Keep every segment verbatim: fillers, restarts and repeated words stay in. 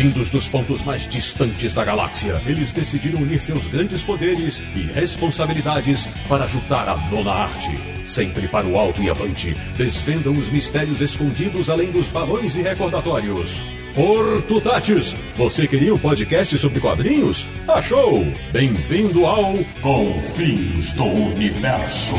Vindos dos pontos mais distantes da galáxia, eles decidiram unir seus grandes poderes e responsabilidades para ajudar a nona arte. Sempre para o alto e avante, desvendam os mistérios escondidos além dos balões e recordatórios. Ortutatis, você queria um podcast sobre quadrinhos? Achou! Bem-vindo ao Confins do Universo.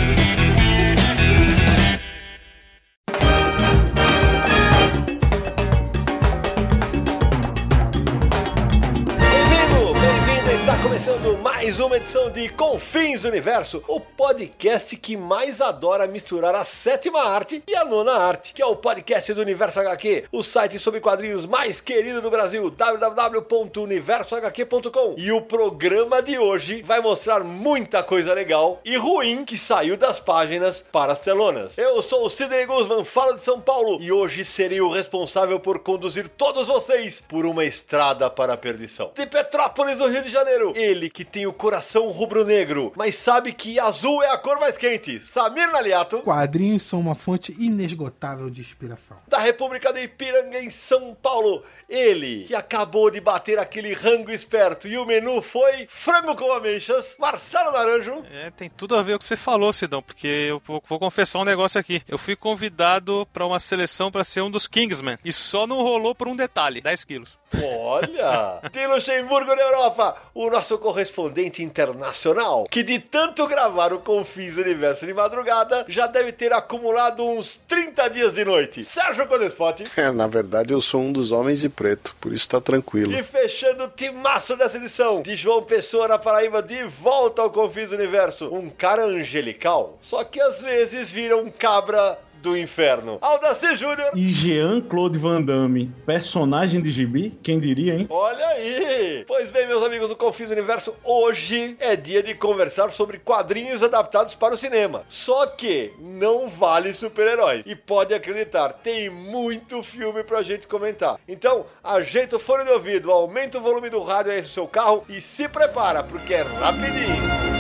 Começando mais uma edição de Confins do Universo, o podcast que mais adora misturar a sétima arte e a nona arte, que é o podcast do Universo agá quê, o site sobre quadrinhos mais querido do Brasil, w w w ponto universo agá quê ponto com. E o programa de hoje vai mostrar muita coisa legal e ruim que saiu das páginas para as telonas. Eu sou o Sidney Guzman, falo de São Paulo, e hoje serei o responsável por conduzir todos vocês por uma estrada para a perdição. De Petrópolis, no Rio de Janeiro, ele que tem o coração rubro-negro, mas sabe que azul é a cor mais quente, Samir Naliato. Quadrinhos são uma fonte inesgotável de inspiração. Da República do Ipiranga, em São Paulo, ele que acabou de bater aquele rango esperto e o menu foi frango com ameixas, Marcelo Naranjo. É, tem tudo a ver com o que você falou, Sidão, porque eu vou, vou confessar um negócio aqui. Eu fui convidado para uma seleção para ser um dos Kingsmen e só não rolou por um detalhe, dez quilos. Olha! De Luxemburgo, na Europa, o nosso correspondente internacional, que de tanto gravar o Confins do Universo de madrugada, já deve ter acumulado uns trinta dias de noite. Sérgio Codespot. É, na verdade eu sou um dos homens de preto, por isso tá tranquilo. E fechando o timaço dessa edição, de João Pessoa, na Paraíba, de volta ao Confins do Universo, um cara angelical, só que às vezes vira um cabra do inferno. Aldaci Júnior. E Jean-Claude Van Damme, personagem de gibi, quem diria, hein? Olha aí! Pois bem, meus amigos do Confins do Universo, hoje é dia de conversar sobre quadrinhos adaptados para o cinema. Só que não vale super-heróis. E pode acreditar, tem muito filme pra gente comentar. Então, ajeita o fone de ouvido, aumenta o volume do rádio aí no seu carro e se prepara, porque é rapidinho.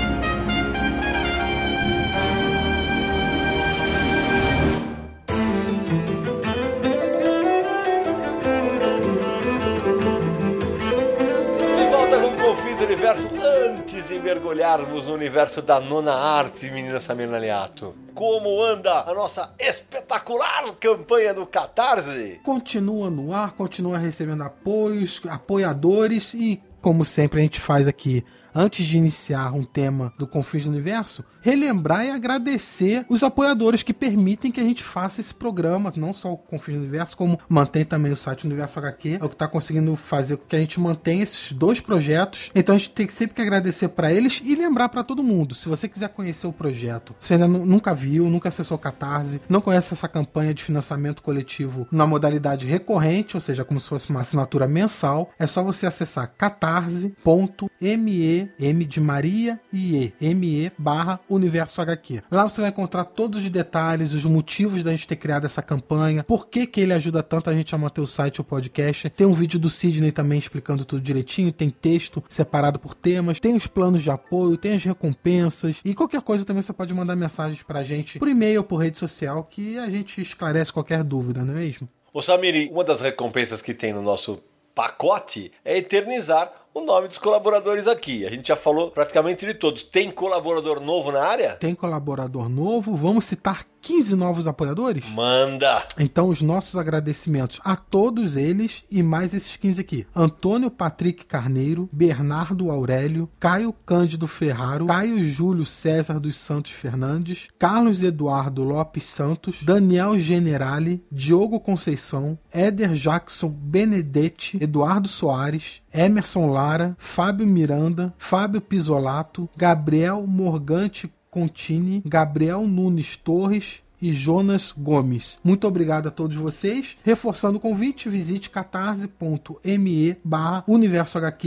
Universo, antes de mergulharmos no universo da nona arte, menina Samir Naliato, como anda a nossa espetacular campanha no Catarse? Continua no ar, continua recebendo apoios, apoiadores e, como sempre a gente faz aqui, antes de iniciar um tema do Confins do Universo, relembrar e agradecer os apoiadores que permitem que a gente faça esse programa, não só o Confins do Universo, como mantém também o site Universo agá quê, é o que está conseguindo fazer com que a gente mantenha esses dois projetos. Então a gente tem que sempre que agradecer para eles e lembrar para todo mundo, se você quiser conhecer o projeto, você ainda nunca viu, nunca acessou o Catarse, não conhece essa campanha de financiamento coletivo na modalidade recorrente, ou seja, como se fosse uma assinatura mensal, é só você acessar catarse ponto me M de Maria e E, M E barra Universo agá quê. Lá você vai encontrar todos os detalhes, os motivos da gente ter criado essa campanha, por que que ele ajuda tanto a gente a manter o site e o podcast. Tem um vídeo do Sidney também explicando tudo direitinho, tem texto separado por temas, tem os planos de apoio, tem as recompensas e qualquer coisa também você pode mandar mensagens pra gente por e-mail ou por rede social que a gente esclarece qualquer dúvida, não é mesmo? Ô Samir, uma das recompensas que tem no nosso pacote é eternizar o nome dos colaboradores aqui. A gente já falou praticamente de todos. Tem colaborador novo na área? Tem colaborador novo. Vamos citar quinze novos apoiadores? Manda! Então, os nossos agradecimentos a todos eles e mais esses quinze aqui. Antônio Patrick Carneiro, Bernardo Aurélio, Caio Cândido Ferraro, Caio Júlio César dos Santos Fernandes, Carlos Eduardo Lopes Santos, Daniel Generali, Diogo Conceição, Éder Jackson Benedetti, Eduardo Soares, Emerson Lara, Fábio Miranda, Fábio Pisolato, Gabriel Morgante Contini, Gabriel Nunes Torres e Jonas Gomes. Muito obrigado a todos vocês. Reforçando o convite, visite catarse ponto me barra Universo agá quê e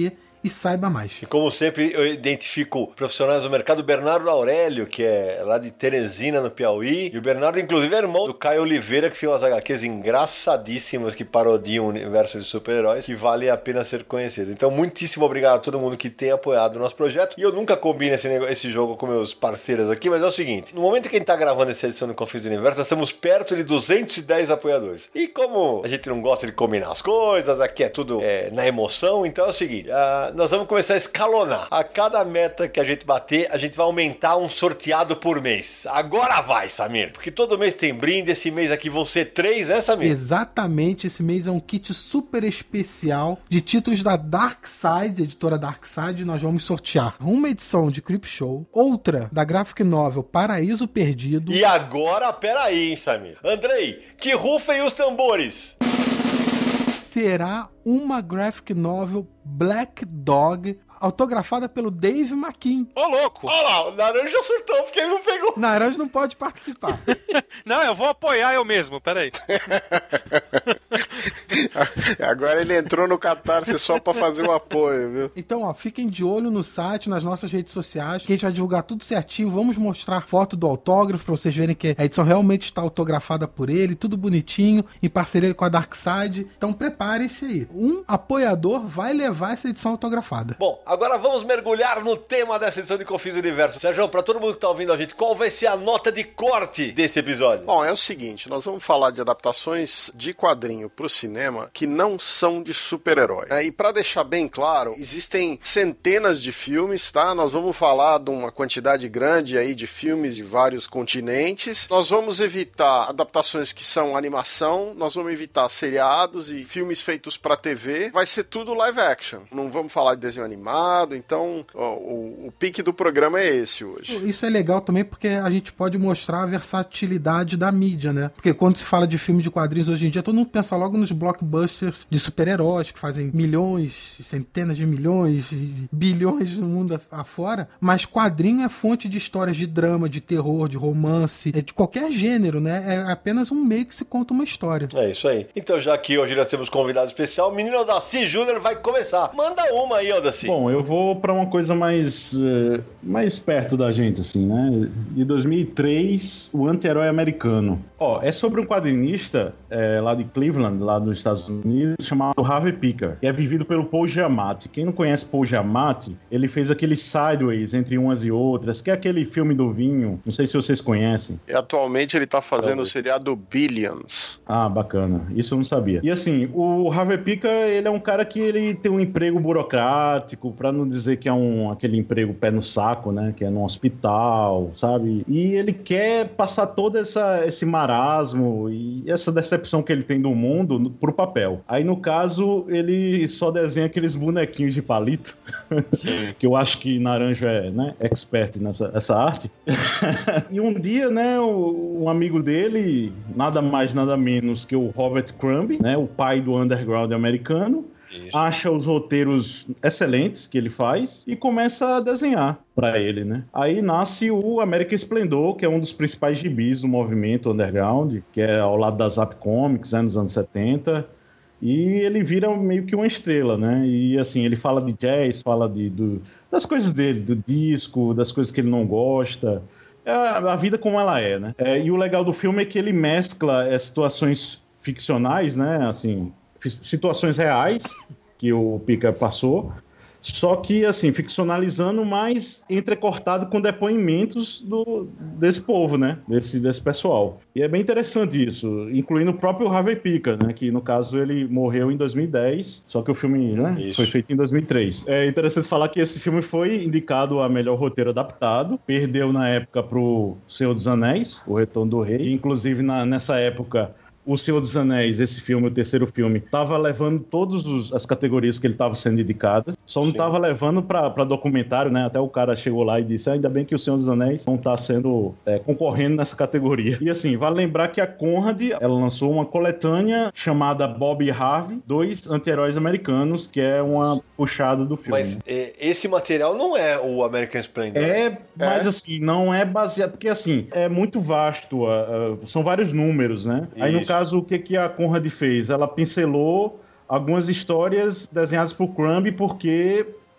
e saiba mais. E como sempre, eu identifico profissionais do mercado, o Bernardo Aurélio, que é lá de Teresina, no Piauí. E o Bernardo, inclusive, é irmão do Caio Oliveira, que tem umas agá quês engraçadíssimas que parodiam o universo de super-heróis, que vale a pena ser conhecido. Então, muitíssimo obrigado a todo mundo que tem apoiado o nosso projeto. E eu nunca combino esse, negócio, esse jogo com meus parceiros aqui, mas é o seguinte, no momento que a gente tá gravando essa edição do Confins do Universo, nós estamos perto de duzentos e dez apoiadores. E como a gente não gosta de combinar as coisas, aqui é tudo é, na emoção, então é o seguinte, uh, nós vamos começar a escalonar. A cada meta que a gente bater, a gente vai aumentar um sorteado por mês. Agora vai, Samir, porque todo mês tem brinde, esse mês aqui vão ser três, né, Samir? Exatamente, esse mês é um kit super especial de títulos da Dark Side, editora Dark Side. Nós vamos sortear uma edição de Creepshow, outra da graphic novel Paraíso Perdido. E agora, peraí, hein, Samir? Andrei, que rufem os tambores! Será uma graphic novel Black Dog, autografada pelo Dave McKean. Ô, louco! Olha lá, o Naranja surtou porque ele não pegou. Naranja não pode participar. Não, eu vou apoiar eu mesmo, peraí. Agora ele entrou no Catarse só pra fazer o apoio, viu? Então, ó, fiquem de olho no site, nas nossas redes sociais, que a gente vai divulgar tudo certinho. Vamos mostrar foto do autógrafo pra vocês verem que a edição realmente está autografada por ele, tudo bonitinho, em parceria com a Dark Side. Então, preparem-se aí. Um apoiador vai levar essa edição autografada. Bom, agora vamos mergulhar no tema dessa edição de Confins do Universo. Sérgio, pra todo mundo que tá ouvindo a gente, qual vai ser a nota de corte desse episódio? Bom, é o seguinte, nós vamos falar de adaptações de quadrinho pro cinema que não são de super-herói. É, e pra deixar bem claro, existem centenas de filmes, tá? Nós vamos falar de uma quantidade grande aí de filmes de vários continentes. Nós vamos evitar adaptações que são animação, nós vamos evitar seriados e filmes feitos pra T V. Vai ser tudo live action. Não vamos falar de desenho animado, então ó, o, o pique do programa é esse hoje. Isso é legal também porque a gente pode mostrar a versatilidade da mídia, né? Porque quando se fala de filme de quadrinhos hoje em dia, todo mundo pensa logo nos blockbusters de super-heróis que fazem milhões, centenas de milhões e bilhões no mundo afora, mas quadrinho é fonte de histórias de drama, de terror, de romance, é de qualquer gênero, né? É apenas um meio que se conta uma história. É isso aí. Então, já que hoje nós temos convidado especial, o menino Aldaci Júnior vai começar. Manda uma aí, Aldaci. Bom, eu vou pra uma coisa mais, uh, mais perto da gente, assim, né? De dois mil e três, o anti-herói americano. Ó, é sobre um quadrinista é, lá de Cleveland, lá dos Estados Unidos, chamado Harvey Pekar, que é vivido pelo Paul Giamatti. Quem não conhece Paul Giamatti, ele fez aquele Sideways, Entre Umas e Outras, que é aquele filme do vinho, não sei se vocês conhecem. E atualmente ele tá fazendo o seriado Billions. Ah, bacana. Isso eu não sabia. E assim, o Harvey Pekar, ele é um cara que ele tem um emprego burocrático, pra não dizer que é um, aquele emprego pé no saco, né? Que é num hospital, sabe? E ele quer passar todo essa, esse marasmo e essa decepção que ele tem do mundo no, pro papel. Aí, no caso, ele só desenha aqueles bonequinhos de palito, que eu acho que Naranjo é, né, expert nessa essa arte. E um dia, né, o, um amigo dele, nada mais, nada menos que o Robert Crumb, né, o pai do underground americano, isso, acha os roteiros excelentes que ele faz e começa a desenhar pra ele, né? Aí nasce o American Splendor, que é um dos principais gibis do movimento underground, que é ao lado da Zap Comics, né, nos anos setenta. E ele vira meio que uma estrela, né? E assim, ele fala de jazz, fala de, do, das coisas dele, do disco, das coisas que ele não gosta. É a vida como ela é, né? É, e o legal do filme é que ele mescla é, situações ficcionais, né? Assim, situações reais que o Pekar passou, só que, assim, ficcionalizando, mas entrecortado com depoimentos do, desse povo, né? Desse, desse pessoal. E é bem interessante isso, incluindo o próprio Harvey Pekar, né? Que, no caso, ele morreu em dois mil e dez, só que o filme, né, foi feito em dois mil e três. É interessante falar que esse filme foi indicado a melhor roteiro adaptado, perdeu na época pro Senhor dos Anéis, O Retorno do Rei, e, inclusive, na, nessa época... O Senhor dos Anéis, esse filme, o terceiro filme, tava levando todas as categorias que ele tava sendo indicado, só não Sim. tava levando pra, pra documentário, né? Até o cara chegou lá e disse, ah, ainda bem que o Senhor dos Anéis não tá sendo é, concorrendo nessa categoria. E assim, vale lembrar que a Conrad, ela lançou uma coletânea chamada Bob e Harvey, dois anti-heróis americanos, que é uma puxada do filme. Mas é, esse material não é o American Splendor. É, mas é. assim, não é baseado, porque assim, é muito vasto, uh, uh, são vários números, né? Isso. Aí no caso, o que, que a Conrad fez? Ela pincelou algumas histórias desenhadas por Crumb porque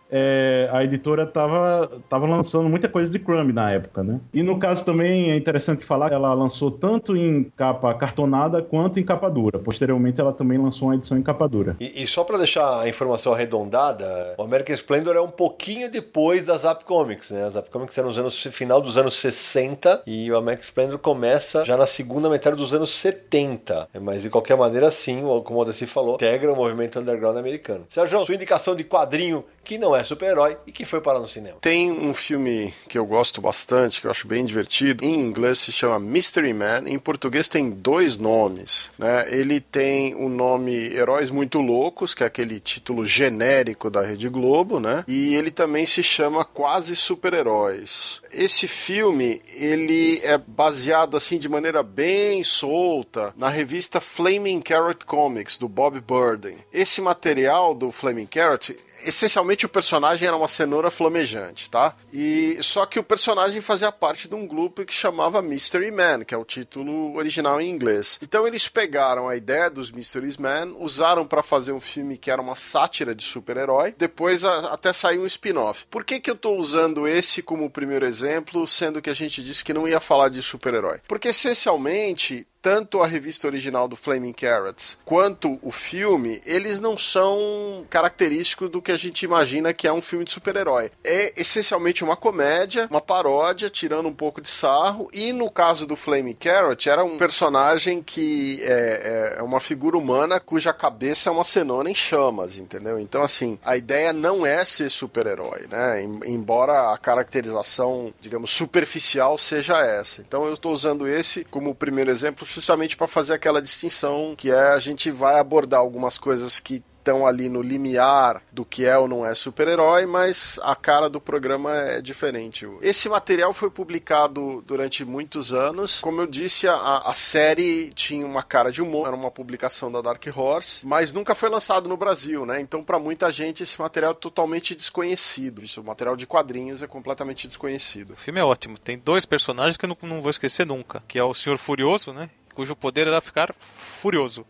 é, a editora tava, tava lançando muita coisa de Crumb na época, né? E no caso também é interessante falar que ela lançou tanto em capa cartonada quanto em capa dura. Posteriormente ela também lançou uma edição em capa dura. E, e só para deixar a informação arredondada, o American Splendor é um pouquinho depois da Zap Comics, né? A Zap Comics é nos anos, final dos anos sessenta e o American Splendor começa já na segunda metade dos anos setenta. Mas de qualquer maneira, sim, como o Odessi falou, integra o movimento underground americano. Sérgio, sua indicação de quadrinho que não é super-herói e que foi parar no cinema. Tem um filme que eu gosto bastante, que eu acho bem divertido. Em inglês se chama Mystery Man. Em português tem dois nomes, né? Ele tem o nome Heróis Muito Loucos, que é aquele título genérico da Rede Globo, né? E ele também se chama Quase Super-Heróis. Esse filme, ele é baseado assim de maneira bem solta na revista Flaming Carrot Comics, do Bob Burden. Esse material do Flaming Carrot, essencialmente o personagem era uma cenoura flamejante, tá? E só que o personagem fazia parte de um grupo que chamava Mystery Man, que é o título original em inglês. Então eles pegaram a ideia dos Mystery Man, usaram para fazer um filme que era uma sátira de super-herói, depois a, até saiu um spin-off. Por que que eu tô usando esse como primeiro exemplo, sendo que a gente disse que não ia falar de super-herói? Porque essencialmente tanto a revista original do Flaming Carrots quanto o filme, eles não são característicos do que a gente imagina que é um filme de super-herói. É essencialmente uma comédia, uma paródia, tirando um pouco de sarro, e no caso do Flaming Carrot, era um personagem que é, é uma figura humana cuja cabeça é uma cenoura em chamas, entendeu? Então, assim, a ideia não é ser super-herói, né? Embora a caracterização, digamos, superficial seja essa. Então, eu estou usando esse como o primeiro exemplo justamente para fazer aquela distinção que é a gente vai abordar algumas coisas que estão ali no limiar do que é ou não é super-herói, mas a cara do programa é diferente. Esse material foi publicado durante muitos anos. Como eu disse, a, a série tinha uma cara de humor, era uma publicação da Dark Horse, mas nunca foi lançado no Brasil, né? Então, para muita gente, esse material é totalmente desconhecido. Isso, o material de quadrinhos é completamente desconhecido. O filme é ótimo. Tem dois personagens que eu não, não vou esquecer nunca, que é o Senhor Furioso, né? Cujo poder era ficar furioso.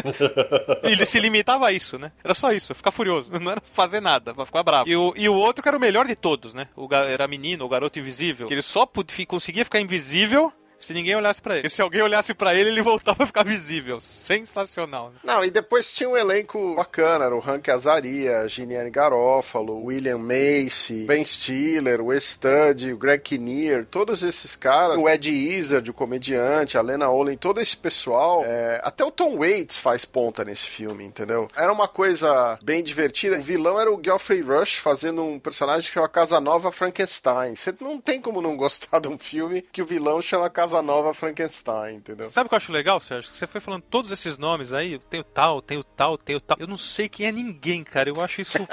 Ele se limitava a isso, né? Era só isso, ficar furioso. Não era fazer nada, pra ficar bravo. E o, e o outro que era o melhor de todos, né? O, era menino, o garoto invisível. Que ele só podia, conseguia ficar invisível se ninguém olhasse pra ele. E se alguém olhasse pra ele, ele voltava a ficar visível. Sensacional, né? Não, e depois tinha um elenco bacana. Era o Hank Azaria, Gianni Garofalo, William Macy, Ben Stiller, o Wes Studi, o Greg Kinnear, todos esses caras. O Ed Izzard, o comediante, a Lena Olin, todo esse pessoal. É... Até o Tom Waits faz ponta nesse filme, entendeu? Era uma coisa bem divertida. O vilão era o Geoffrey Rush, fazendo um personagem que chama Casanova Frankenstein. Você não tem como não gostar de um filme que o vilão chama Casanova Nova Frankenstein, entendeu? Sabe o que eu acho legal, Sérgio? Você foi falando todos esses nomes aí, tem o tal, tem o tal, tem o tal. Eu não sei quem é ninguém, cara. Eu acho isso...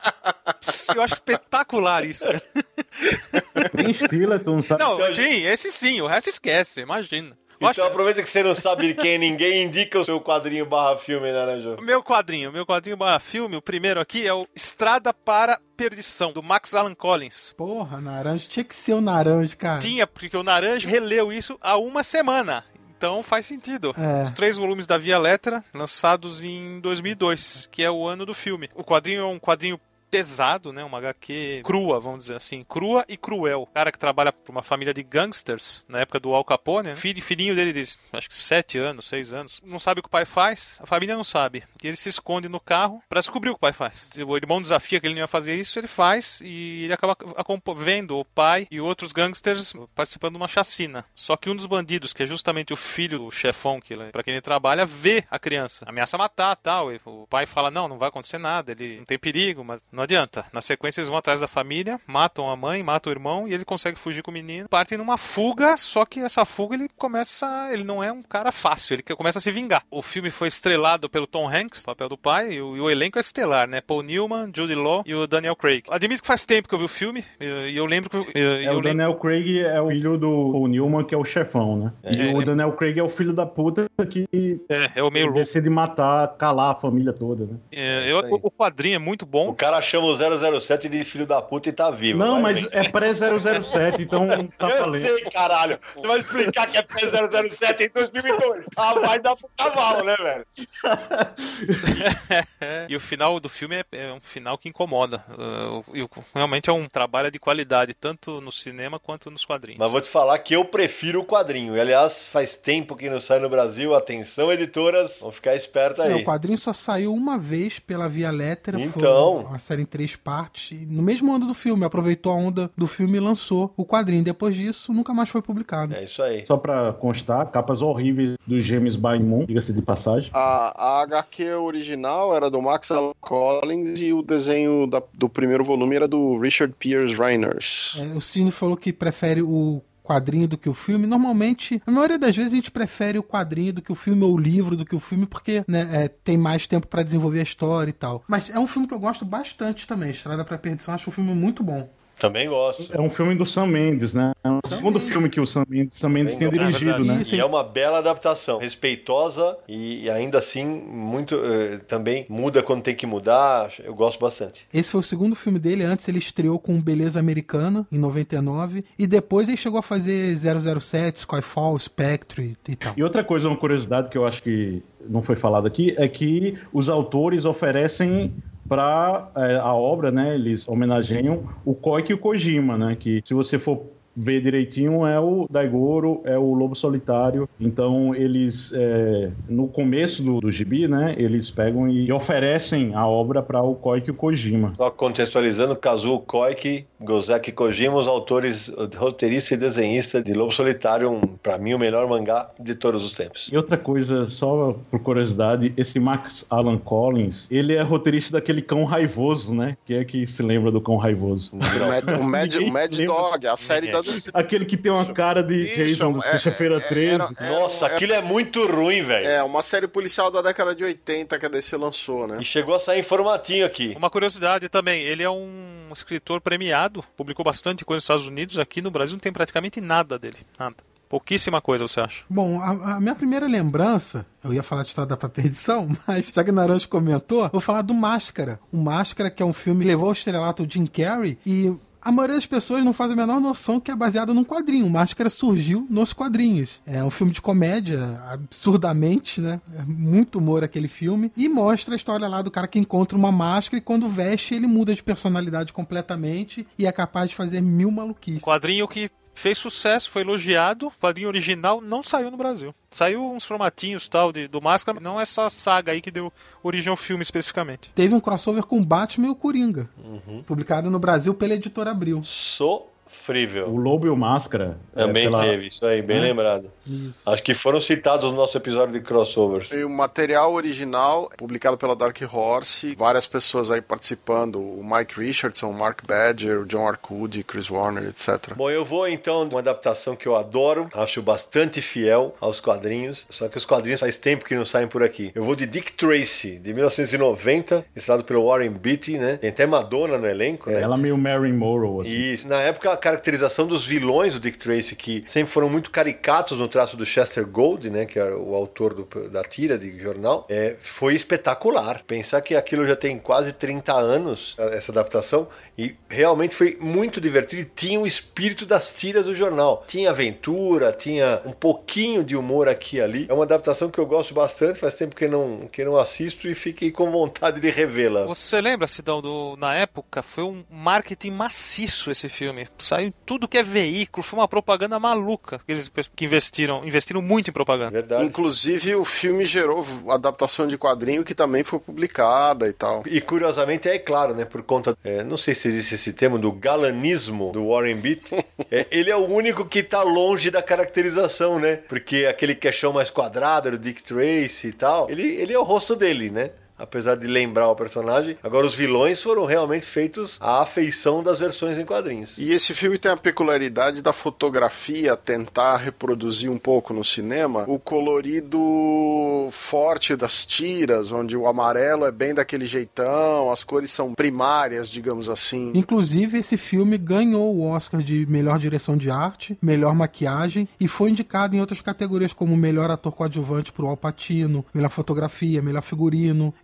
eu acho espetacular isso, cara. Tem Stiller, tu não sabe? Não, então, sim, esse sim, o resto esquece, imagina. Então aproveita que você não sabe quem é ninguém, indica o seu quadrinho barra filme, né, né, Jô? Meu quadrinho, meu quadrinho barra filme, o primeiro aqui é o Estrada para Perdição, do Max Allan Collins. Porra, Naranja, tinha que ser o Naranja, cara. Tinha, porque o Naranja releu isso há uma semana. Então faz sentido. É. Os três volumes da Via Letra, lançados em dois mil e dois, que é o ano do filme. O quadrinho é um quadrinho pesado, né? Uma agá quê crua, vamos dizer assim. Crua e cruel. O cara que trabalha para uma família de gangsters, na época do Al Capone, né? Filho, filhinho dele de, acho que sete anos, seis anos. Não sabe o que o pai faz, a família não sabe. E ele se esconde no carro para descobrir o que o pai faz. O irmão desafia que ele não ia fazer isso, ele faz e ele acaba vendo o pai e outros gangsters participando de uma chacina. Só que um dos bandidos, que é justamente o filho do chefão, que para quem ele trabalha, vê a criança. Ameaça matar, tal. E o pai fala, não, não vai acontecer nada, ele não tem perigo, mas não adianta. Na sequência, eles vão atrás da família, matam a mãe, matam o irmão e ele consegue fugir com o menino. Partem numa fuga, só que essa fuga ele começa... Ele não é um cara fácil, ele começa a se vingar. O filme foi estrelado pelo Tom Hanks, papel do pai, e o, e o elenco é estelar, né? Paul Newman, Jude Law e o Daniel Craig. Admito que faz tempo que eu vi o filme e eu, eu lembro que... Eu, é, eu o Daniel lembro... Craig é o filho do Paul Newman, que é o chefão, né? É, e o é... Daniel Craig é o filho da puta que... É, é o meio louco. Decide matar, calar a família toda, né? É, eu, o quadrinho é muito bom. O cara chama o zero zero sete de filho da puta e tá vivo. Não, vai, mas vem. é pré-zero zero sete, então tá valendo. Eu sei, caralho. Você vai explicar que é pré-zero zero sete em dois mil e dois. Ah, vai dar pro cavalo, né, velho? E o final do filme é, é um final que incomoda. Uh, e realmente é um trabalho de qualidade, tanto no cinema quanto nos quadrinhos. Mas vou te falar que eu prefiro o quadrinho. E, aliás, faz tempo que não sai no Brasil. Atenção, editoras. Vamos ficar esperto aí. Não, o quadrinho só saiu uma vez pela Via Lettera. Então. Foi uma série em três partes. E no mesmo ano do filme. Aproveitou a onda do filme e lançou o quadrinho. Depois disso, nunca mais foi publicado. É isso aí. Só pra constar, capas horríveis dos James Bynum, diga-se de passagem. A, a H Q original era do Max Allan Collins e o desenho da, do primeiro volume era do Richard Pierce Reiners. É, o Cine falou que prefere o quadrinho do que o filme. Normalmente, na maioria das vezes, a gente prefere o quadrinho do que o filme ou o livro do que o filme, porque né, é, tem mais tempo pra desenvolver a história e tal. Mas é um filme que eu gosto bastante também. Estrada pra Perdição, acho um filme muito bom. Também gosto. É um filme do Sam Mendes, né? É o segundo Mendes. filme que o Sam Mendes, Sam Mendes tinha dirigido, é né? Isso, E é uma bela adaptação, respeitosa e, e ainda assim muito eh, também muda quando tem que mudar. Eu gosto bastante. Esse foi o segundo filme dele. Antes ele estreou com Beleza Americana, em noventa e nove. E depois ele chegou a fazer zero zero sete, Skyfall, Spectre e tal. E outra coisa, uma curiosidade que eu acho que não foi falado aqui, é que os autores oferecem para é, a obra, né, eles homenageiam o Koike e o Kojima, né, que se você for ver direitinho é o Daigoro, é o Lobo Solitário. Então eles, é, no começo do, do gibi, né, eles pegam e oferecem a obra para o Koike e o Kojima. Só contextualizando, Kazuo Koike, Gozaki Kojima, os autores, roteirista e desenhista de Lobo Solitário, um, para mim o melhor mangá de todos os tempos. E outra coisa, só por curiosidade, esse Max Allan Collins, ele é roteirista daquele Cão Raivoso, né? Quem é que se lembra do Cão Raivoso? O Mad, o Mad, o Mad Dog, a série da D C. Aquele que tem uma cara de Jason do Sexta-feira é, treze. era- era- Nossa, era- aquilo é muito ruim, velho. É, uma série policial da década de oitenta que a D C lançou, né? E chegou a sair em formatinho aqui. Uma curiosidade também, ele é um escritor premiado, publicou bastante coisa nos Estados Unidos, aqui no Brasil não tem praticamente nada dele, nada. Pouquíssima coisa, você acha? Bom, a, a minha primeira lembrança, eu ia falar de Estrada pra Perdição, mas já que Naranjo comentou, vou falar do Máscara. O Máscara, que é um filme que levou ao estrelato o Jim Carrey, e a maioria das pessoas não faz a menor noção que é baseado num quadrinho. O Máscara surgiu nos quadrinhos. É um filme de comédia, absurdamente, né? É muito humor aquele filme. E mostra a história lá do cara que encontra uma máscara e quando veste ele muda de personalidade completamente e é capaz de fazer mil maluquices. Quadrinho que fez sucesso, foi elogiado, o quadrinho original não saiu no Brasil. Saiu uns formatinhos tal de, do Máscara, não é essa saga aí que deu origem ao filme especificamente. Teve um crossover com Batman e o Coringa, publicado no Brasil pela Editora Abril. Sofrível. O Lobo e o Máscara. Também é, pela- teve, isso aí, bem É. lembrado. Isso. Acho que foram citados no nosso episódio de crossovers. E o material original, publicado pela Dark Horse, várias pessoas aí participando, o Mike Richardson, o Mark Badger, o John Arcudi, Chris Warner, etcétera. Bom, eu vou então de uma adaptação que eu adoro, acho bastante fiel aos quadrinhos, só que os quadrinhos faz tempo que não saem por aqui. Eu vou de Dick Tracy, de mil novecentos e noventa, estrelado pelo Warren Beatty, né? Tem até Madonna no elenco, né? Ela meio Marilyn Monroe, assim. E na época a caracterização dos vilões do Dick Tracy, que sempre foram muito caricatos no traço do Chester Gould, né, que era o autor do, da tira de jornal, é, foi espetacular. Pensar que aquilo já tem quase trinta anos, essa adaptação, e realmente foi muito divertido e tinha o espírito das tiras do jornal. Tinha aventura, tinha um pouquinho de humor aqui e ali. É uma adaptação que eu gosto bastante, faz tempo que não, que não assisto e fiquei com vontade de revê-la. Você lembra, Sidão, do, na época foi um marketing maciço esse filme. Saiu em tudo que é veículo, foi uma propaganda maluca. Eles que investiram, investiram muito em propaganda. Verdade. Inclusive, o filme gerou adaptação de quadrinho que também foi publicada e tal. E curiosamente, é claro, né, por conta, é, não sei se existe esse termo, do galanismo do Warren Beatty, é, ele é o único que tá longe da caracterização, né, porque aquele queixão mais quadrado do Dick Tracy e tal, ele, ele é o rosto dele, né. Apesar de lembrar o personagem. Agora, os vilões foram realmente feitos à afeição das versões em quadrinhos. E esse filme tem a peculiaridade da fotografia tentar reproduzir um pouco no cinema o colorido forte das tiras, onde o amarelo é bem daquele jeitão, as cores são primárias, digamos assim. Inclusive, esse filme ganhou o Oscar de melhor direção de arte, melhor maquiagem e foi indicado em outras categorias como melhor ator coadjuvante pro Al Pacino, melhor fotografia, melhor figurino,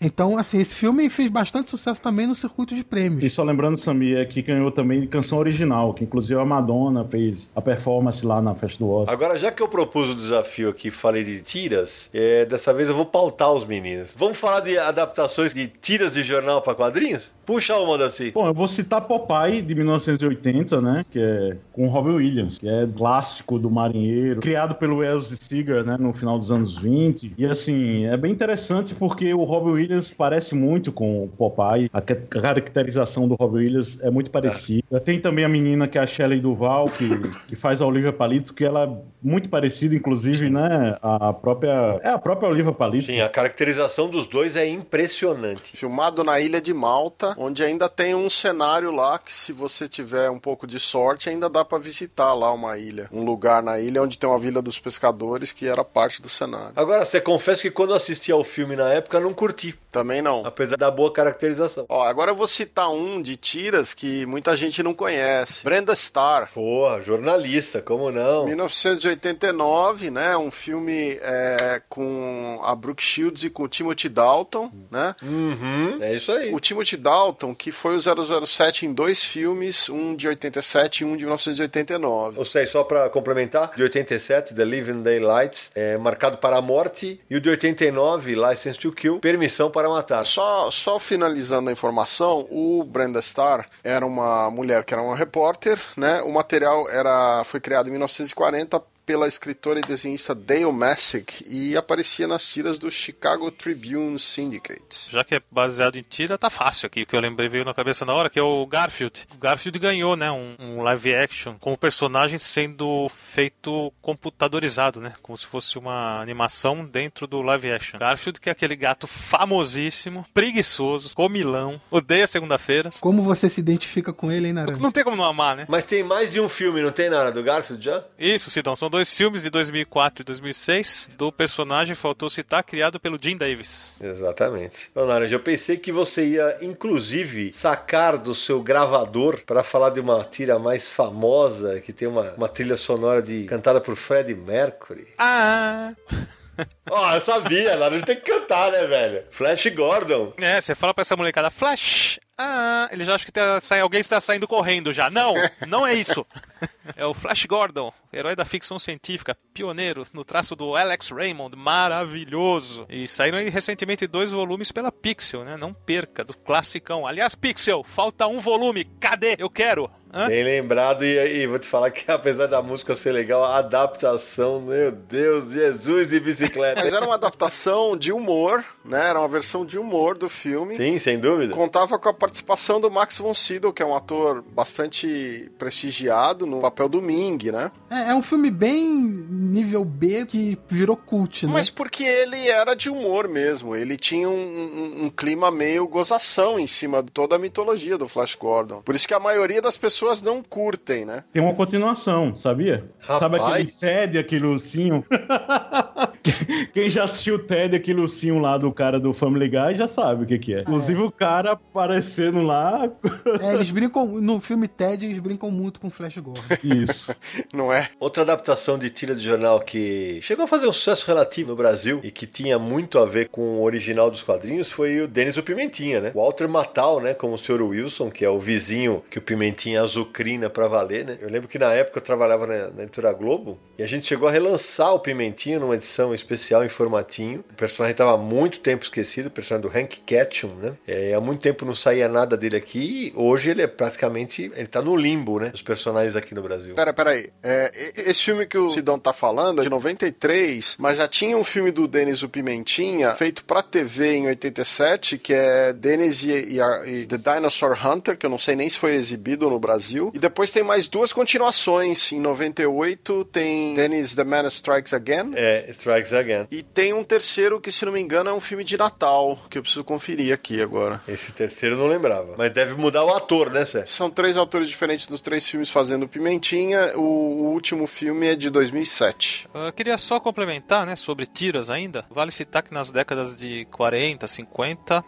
Então, assim, esse filme fez bastante sucesso também no circuito de prêmios. E só lembrando, Samir, é que ganhou também de canção original, que inclusive a Madonna fez a performance lá na festa do Oscar. Agora, já que eu propus o desafio aqui, falei de tiras, é, dessa vez eu vou pautar os meninos. Vamos falar de adaptações de tiras de jornal para quadrinhos? Puxa uma assim. Bom, eu vou citar Popeye, de mil novecentos e oitenta, né? Que é com Robin Williams, que é clássico do marinheiro, criado pelo Wells Seeger, né? No final dos anos vinte. E assim, é bem interessante porque o Robin Williams parece muito com o Popeye. A caracterização do Robin Williams é muito parecida. É. Tem também a menina que é a Shelley Duvall, que, que faz a Olivia Palito, que ela é muito parecida, inclusive, né? A própria... É a própria Olivia Palito. Sim, a caracterização dos dois é impressionante. Filmado na Ilha de Malta, onde ainda tem um cenário lá que, se você tiver um pouco de sorte, ainda dá pra visitar lá uma ilha. Um lugar na ilha onde tem uma Vila dos Pescadores, que era parte do cenário. Agora, você confessa que quando eu assisti ao filme na época, eu não curti. Também não. Apesar da boa caracterização. Ó, agora eu vou citar um de tiras que muita gente não conhece. Brenda Starr. Porra, jornalista, como não? mil novecentos e oitenta e nove, né? Um filme é, com a Brooke Shields e com o Timothy Dalton, né? Uhum, é isso aí. O Timothy Dalton, que foi o zero zero sete em dois filmes, um de oitenta e sete e um de mil novecentos e oitenta e nove. Ou seja, só pra complementar, de oitenta e sete, The Living Daylights, é, Marcado para a Morte, e o de oitenta e nove, License to Kill, Permissão para Matar. Só, só finalizando a informação, o Brenda Starr era uma mulher que era uma repórter, né? O material era, foi criado em mil novecentos e quarenta pela escritora e desenhista Dale Messick e aparecia nas tiras do Chicago Tribune Syndicate. Já que é baseado em tira, tá fácil aqui. O que eu lembrei veio na cabeça na hora, que é o Garfield. O Garfield ganhou, né, um, um live action com o personagem sendo feito computadorizado, né, como se fosse uma animação dentro do live action. Garfield, que é aquele gato famosíssimo, preguiçoso, comilão, odeia segunda-feira. Como você se identifica com ele, hein, Naranjo? Não tem como não amar, né? Mas tem mais de um filme, não tem nada do Garfield já? Isso, Sidão, são dois filmes de dois mil e quatro e dois mil e seis do personagem, faltou citar, criado pelo Jim Davis. Exatamente. Então, Naranja, eu pensei que você ia, inclusive, sacar do seu gravador para falar de uma tira mais famosa, que tem uma, uma trilha sonora de cantada por Freddie Mercury. Ah... Ó, oh, eu sabia, Naranja tem que cantar, né, velho? Flash Gordon. É, você fala pra essa molecada, Flash... Ah, ele já acha que tá, alguém está saindo correndo já. Não, não é isso. É o Flash Gordon, herói da ficção científica, pioneiro no traço do Alex Raymond, maravilhoso. E saíram aí recentemente dois volumes pela Pixel, né? Não perca, do classicão. Aliás, Pixel, falta um volume, cadê? Eu quero. Hã? Bem lembrado, e, e vou te falar que apesar da música ser legal, a adaptação, meu Deus, Jesus de bicicleta. Mas era uma adaptação de humor, né? Era uma versão de humor do filme. Sim, sem dúvida. Contava com a participação do Max von Sydow, que é um ator bastante prestigiado no papel do Ming, né? É, é um filme bem nível B que virou cult, né? Mas porque ele era de humor mesmo. Ele tinha um, um, um clima meio gozação em cima de toda a mitologia do Flash Gordon. Por isso que a maioria das pessoas não curtem, né? Tem uma continuação, sabia? Rapaz. Sabe aquele Ted, aquele ursinho? Quem já assistiu o Ted, aquele ursinho lá do cara do Family Guy, já sabe o que que é. Inclusive o cara aparecendo lá... É, eles brincam... No filme Ted, eles brincam muito com o Flash Gordon. Isso. Não é? Outra adaptação de tira de jornal que chegou a fazer um sucesso relativo no Brasil e que tinha muito a ver com o original dos quadrinhos foi o Denis o Pimentinha, né? Walter Matthau, né? Como o senhor Wilson, que é o vizinho que o Pimentinha azucrina pra valer, né? Eu lembro que na época eu trabalhava na, na Editora Globo e a gente chegou a relançar o Pimentinha numa edição especial em formatinho. O personagem estava há muito tempo esquecido, o personagem do Hank Ketchum, né? É, há muito tempo não saía nada dele aqui e hoje ele é praticamente... Ele tá no limbo, né? Os personagens aqui no Brasil. Pera, pera aí. É, esse filme que o Sidão tá falando é de noventa e três, mas já tinha um filme do Denis o Pimentinha feito pra T V em oitenta e sete, que é Denis e, e, e The Dinosaur Hunter, que eu não sei nem se foi exibido no Brasil. E depois tem mais duas continuações. Em noventa e oito tem Denis The Man Strikes Again. É, Strikes Again. E tem um terceiro que, se não me engano, é um filme de Natal, que eu preciso conferir aqui agora. Esse terceiro eu não lembrava. Mas deve mudar o ator, né, Sérgio? São três autores diferentes dos três filmes fazendo Pimentinha. O, o último filme é de dois mil e sete. Eu queria só complementar, né, sobre tiras ainda. Vale citar que nas décadas de quarenta, cinquenta, os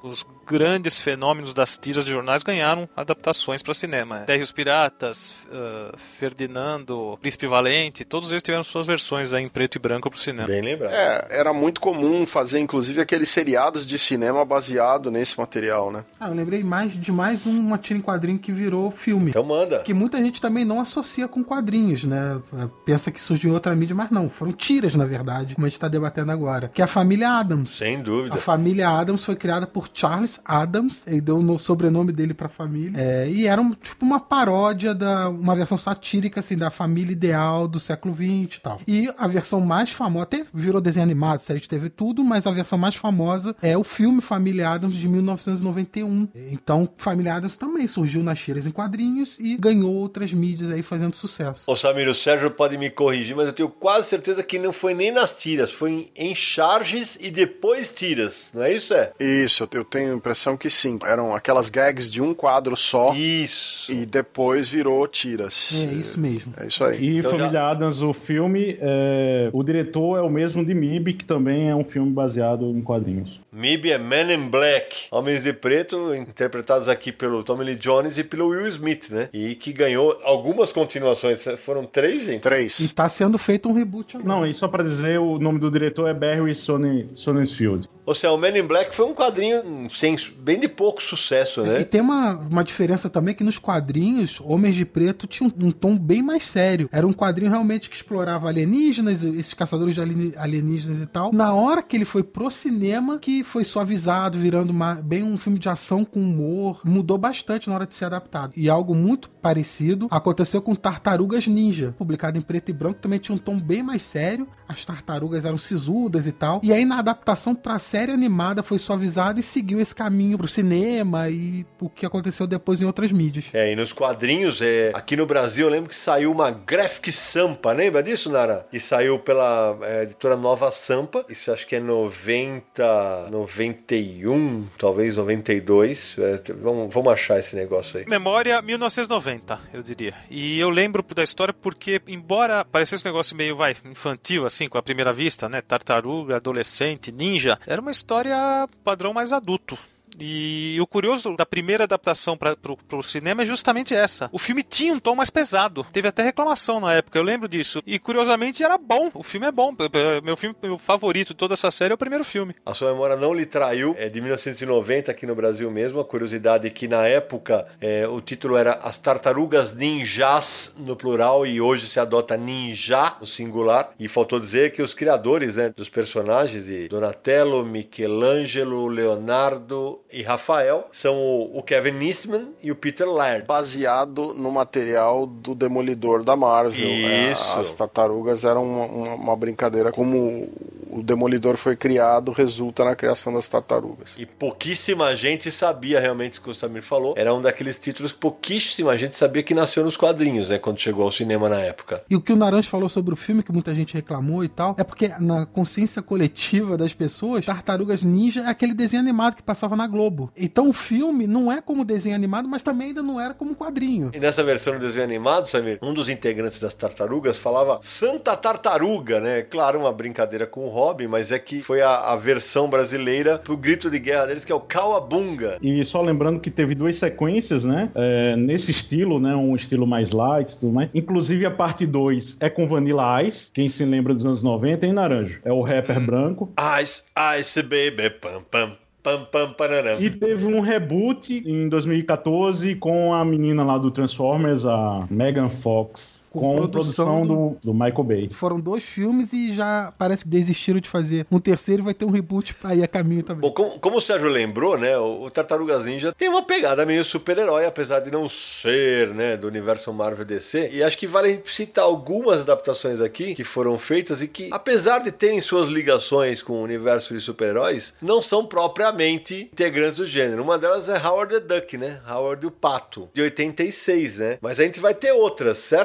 grandes fenômenos das tiras de jornais ganharam adaptações para cinema. Terra e os Piratas, uh, Ferdinando, Príncipe Valente, todos eles tiveram suas versões aí em preto e branco pro cinema. Bem lembrado. É, era muito comum fazer, inclusive, aqueles seriados de cinema baseado nesse material, né? Ah, eu lembrei mais de mais uma tira em quadrinho que virou filme. Então manda. Que muita gente também não associa com quadrinhos, né? Pensa que surgiu em outra mídia, mas não. Foram tiras, na verdade, como a gente tá debatendo agora. Que é a família Addams. Sem dúvida. A família Addams foi criada por Charles Addams. Ele deu o sobrenome dele pra família. É, e era um, tipo uma paródia, da, uma versão satírica, assim, da família ideal do século vinte e tal. E a versão mais famosa, até virou desenho animado, série de T V, tudo, mas a versão mais famosa é o filme Família Addams de mil novecentos e noventa e um. Então, Família Addams também surgiu nas tiras em quadrinhos e ganhou outras mídias aí fazendo sucesso. Ô Samir, o Sérgio pode me corrigir, mas eu tenho quase certeza que não foi nem nas tiras, foi em charges e depois tiras, não é isso, é? Isso, eu tenho a impressão que sim. Eram aquelas gags de um quadro só. Isso. E depois virou tiras. É isso mesmo. É isso aí. E Então Família já... Addams, o filme, é... o diretor é o mesmo de M I B, que também é um filme baseado em quadrinhos. M I B é Men in Black, Homens de Preto, interpretados aqui pelo Tommy Lee Jones e pelo Will Smith, né? E que ganhou algumas continuações. Foram três, gente? Três. E tá sendo feito um reboot agora. Não, e só pra dizer, o nome do diretor é Barry Sone- Sonnenfeld. Ou seja, o Men in Black foi um quadrinho sem, bem de pouco sucesso, né? E tem uma, uma diferença também que nos quadrinhos, Homens de Preto tinha um, um tom bem mais sério. Era um quadrinho realmente que explorava alienígenas, esses caçadores de alienígenas e tal. Na hora que ele foi pro cinema, que foi suavizado, virando uma, bem um filme de ação com humor, mudou bastante na hora de ser adaptado. E algo muito parecido aconteceu com Tartarugas Ninja, publicado em preto e branco, também tinha um tom bem mais sério. As tartarugas eram sisudas e tal. E aí na adaptação pra série animada foi suavizada e seguiu esse caminho pro cinema e o que aconteceu depois em outras mídias. É, e nos quadrinhos, é, aqui no Brasil, eu lembro que saiu uma Graphic Sampa, lembra disso, Nara? E saiu pela é, editora Nova Sampa, isso acho que é noventa, noventa e um, talvez noventa e dois, é, vamos, vamos achar esse negócio aí. Memória mil novecentos e noventa, eu diria. E eu lembro da história porque, embora parecesse um negócio meio, vai, infantil, assim, com a primeira vista, né, tartaruga, adolescente, ninja, era uma história padrão mais adulto. E o curioso da primeira adaptação para o cinema é justamente essa. O filme tinha um tom mais pesado. Teve até reclamação na época, eu lembro disso. E curiosamente era bom. O filme é bom. Meu filme meu favorito de toda essa série é o primeiro filme. A sua memória não lhe traiu. É de mil novecentos e noventa aqui no Brasil mesmo. A curiosidade é que na época é, o título era As Tartarugas Ninjas no plural e hoje se adota Ninja no singular. E faltou dizer que os criadores, né, dos personagens de Donatello, Michelangelo, Leonardo e Rafael são o Kevin Eastman e o Peter Laird. Baseado no material do Demolidor da Marvel. Isso. É, as tartarugas eram uma, uma, uma brincadeira. Como o Demolidor foi criado, resulta na criação das tartarugas. E pouquíssima gente sabia realmente isso que o Samir falou. Era um daqueles títulos que pouquíssima gente sabia que nasceu nos quadrinhos, né? Quando chegou ao cinema na época. E o que o Naranjo falou sobre o filme, que muita gente reclamou e tal, é porque na consciência coletiva das pessoas, Tartarugas Ninja é aquele desenho animado que passava na Globo. Então o filme não é como desenho animado, mas também ainda não era como quadrinho. E nessa versão do desenho animado, Samir, um dos integrantes das Tartarugas falava Santa Tartaruga, né? Claro, uma brincadeira com o Robin, mas é que foi a, a versão brasileira pro grito de guerra deles, que é o Cauabunga. E só lembrando que teve duas sequências, né? É, nesse estilo, né? Um estilo mais light e tudo mais. Inclusive a parte dois é com Vanilla Ice, quem se lembra dos anos noventa, hein, Naranjo? É o rapper branco. Ice, Ice Baby, pam, pam. Pam, pam, e teve um reboot em dois mil e quatorze com a menina lá do Transformers, a Megan Fox, com, com produção, produção do, do Michael Bay. Foram dois filmes e já parece que desistiram de fazer um terceiro e vai ter um reboot aí a caminho também. Bom, como, como o Sérgio lembrou, né, o, o Tartarugas Ninja tem uma pegada meio super-herói, apesar de não ser, né, do universo Marvel D C, e acho que vale citar algumas adaptações aqui que foram feitas e que, apesar de terem suas ligações com o universo de super-heróis, não são propriamente integrantes do gênero. Uma delas é Howard the Duck, né? Howard o Pato, de oitenta e seis, né? Mas a gente vai ter outras, certo, meninos?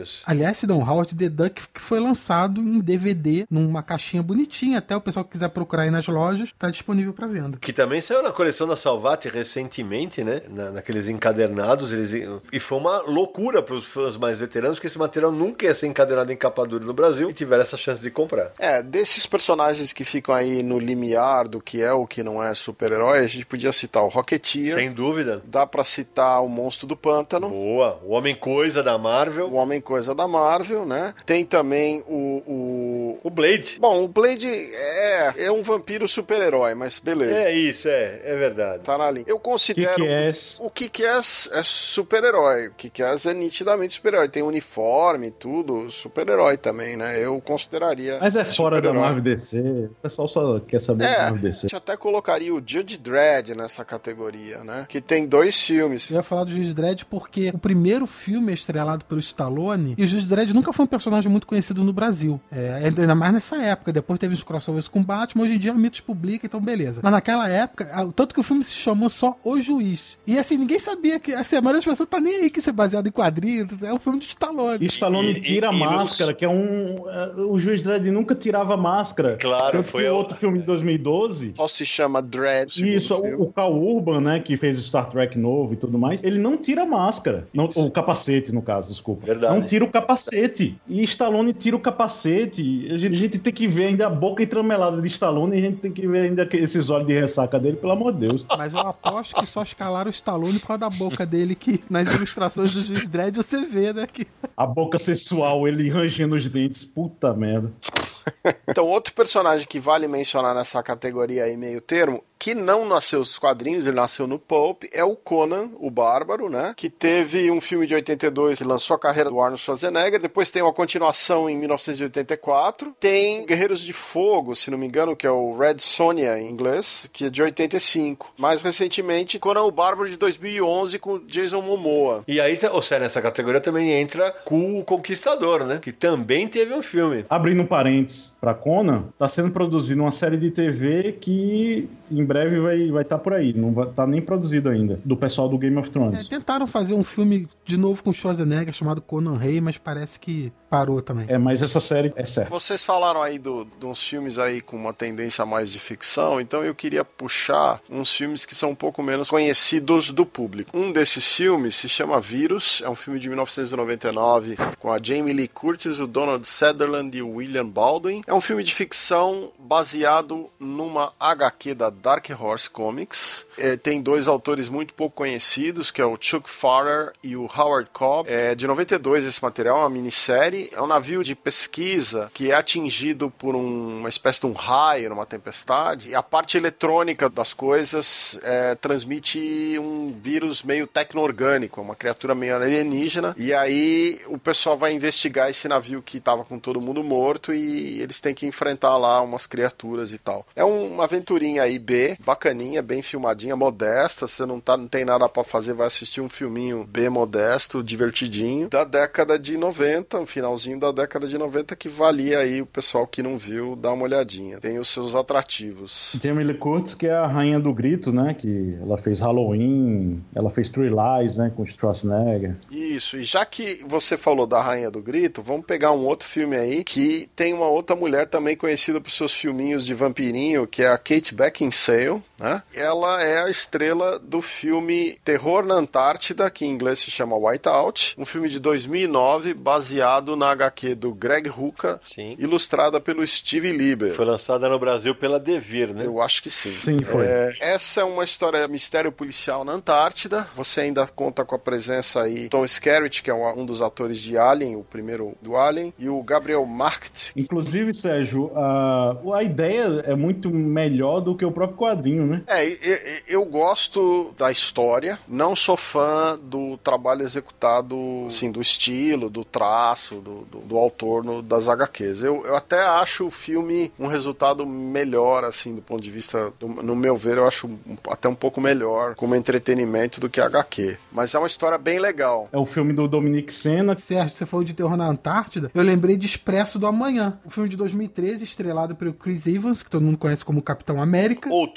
prêmios. Aliás, Sidão, Howard the Duck que foi lançado em D V D, numa caixinha bonitinha, até o pessoal que quiser procurar aí nas lojas, tá disponível para venda. Que também saiu na coleção da Salvati recentemente, né? Na, naqueles encadernados, eles, e foi uma loucura para os fãs mais veteranos, porque esse material nunca ia ser encadernado em capa dura no Brasil e tiveram essa chance de comprar. É, desses personagens que ficam aí no limiar do que é ou que não é super-herói, a gente podia citar o Rocketeer. Sem dúvida. Dá pra citar o Monstro do Pântano. Boa. O Homem-Coisa da Marvel. O Homem-Coisa da Marvel, né? Tem também o... O, o Blade. Bom, o Blade é, é um vampiro super-herói, mas beleza. É isso, é. É verdade. Tá na linha. Eu considero... Kick-Ass. O Kick-Ass é super-herói. O Kick-Ass é nitidamente super-herói. Tem uniforme e tudo. Super-herói também, né? Eu consideraria... Mas é fora da Marvel D C. O pessoal só quer saber é, da Marvel D C. A gente até colocaria o Judge Dredd nessa categoria, né? Que tem dois filmes. Eu ia falar do Judge Dredd porque o primeiro filme é estrelado pelo Stallone e o Judge Dredd nunca foi um personagem muito conhecido no Brasil. É, ainda mais nessa época. Depois teve uns crossovers com Batman. Hoje em dia a Mitos publica, então beleza. Mas naquela época, tanto que o filme se chamou só O Juiz. E assim, ninguém sabia que... Assim, a maioria das pessoas tá nem aí que isso é baseado em quadrinhos. É um filme de Stallone. E Stallone e, tira e, a e máscara, nos... que é um... O Juiz Dredd nunca tirava máscara. Claro, tanto foi que o outro filme de dois mil e doze... Só se chama Dredd. Isso, o, o Cal Urban, né, que fez o Star Trek novo e tudo mais, ele não tira a máscara. Não, o capacete, no caso, desculpa. Verdade. Não tira o capacete. E Stallone tira o capacete. A gente, a gente tem que ver ainda a boca entramelada de Stallone e a gente tem que ver ainda esses olhos de ressaca dele, pelo amor de Deus. Mas eu aposto que só escalaram o Stallone por causa da boca dele, que nas ilustrações do Juiz Dredd você vê, né? Que... A boca sensual, ele rangendo os dentes. Puta merda. Então, outro personagem que vale mencionar nessa categoria aí, meio termo, que não nasceu nos quadrinhos, ele nasceu no Pulp, é o Conan, o Bárbaro, né? Que teve um filme de oitenta e dois que lançou a carreira do Arnold Schwarzenegger, depois tem uma continuação em mil novecentos e oitenta e quatro, tem Guerreiros de Fogo, se não me engano, que é o Red Sonja em inglês, que é de oitenta e cinco. Mais recentemente, Conan o Bárbaro de dois mil e onze com Jason Momoa. E aí, ou seja, nessa categoria também entra Ku o Conquistador, né? Que também teve um filme. Abrindo um parênteses pra Conan, tá sendo produzida uma série de T V que em breve vai vai estar tá por aí, não vai tá nem produzido ainda, do pessoal do Game of Thrones. É, tentaram fazer um filme de novo com Schwarzenegger chamado Conan Rei, mas parece que parou também. É, mas essa série é certa. Vocês falaram aí do, de uns filmes aí com uma tendência mais de ficção, então eu queria puxar uns filmes que são um pouco menos conhecidos do público. Um desses filmes se chama Vírus, é um filme de mil novecentos e noventa e nove com a Jamie Lee Curtis, o Donald Sutherland e o William Baldwin. É um filme de ficção baseado numa H Q da Dark Horse Comics. É, tem dois autores muito pouco conhecidos, que é o Chuck Farrer e o Howard Cobb. É de noventa e dois esse material, é uma minissérie. É um navio de pesquisa que é atingido por um, uma espécie de um raio numa tempestade. E a parte eletrônica das coisas é, transmite um vírus meio tecno-orgânico, uma criatura meio alienígena. E aí o pessoal vai investigar esse navio que estava com todo mundo morto e eles têm que enfrentar lá umas criaturas e tal. É um, uma aventurinha aí B, bacaninha, bem filmadinha, modesta. Você não, tá, não tem nada pra fazer, vai assistir um filminho B modesto, divertidinho, da década de noventa, um finalzinho da década de noventa, que valia aí o pessoal que não viu dar uma olhadinha. Tem os seus atrativos. Jamie Lee Curtis, que é a rainha do grito, né? Que ela fez Halloween, ela fez Three Lies, né? Com Schwarzenegger. Isso, e já que você falou da rainha do grito, vamos pegar um outro filme aí que tem uma outra mulher também conhecida por seus filminhos de vampirinho, que é a Kate Beckinsale, né? Ela é a estrela do filme Terror na Antártida, que em inglês se chama Whiteout, um filme de dois mil e nove baseado na H Q do Greg Rucka, sim, ilustrada pelo Steve Lieber. Foi lançada no Brasil pela Devir, né? Eu acho que sim. Sim, foi. É, essa é uma história mistério policial na Antártida. Você ainda conta com a presença aí Tom Skerritt, que é um, um dos atores de Alien, o primeiro do Alien, e o Gabriel Macht. Inclusive, Sérgio, a, a ideia é muito melhor do que o próprio quadrinho, né? É, eu, eu gosto da história, não sou fã do trabalho executado, assim, do estilo, do traço, do, do, do autor no, das H Qs. Eu, eu até acho o filme um resultado melhor, assim, do ponto de vista, do, no meu ver, eu acho até um pouco melhor como entretenimento do que a H Q. Mas é uma história bem legal. É o filme do Dominic Sena. Sérgio, você falou de terror na Antártida, eu lembrei de Expresso do Amanhã, o filme de dois mil e treze, estrelado pelo Chris Evans, que todo mundo conhece como Capitão América. Ou Tocha Humana.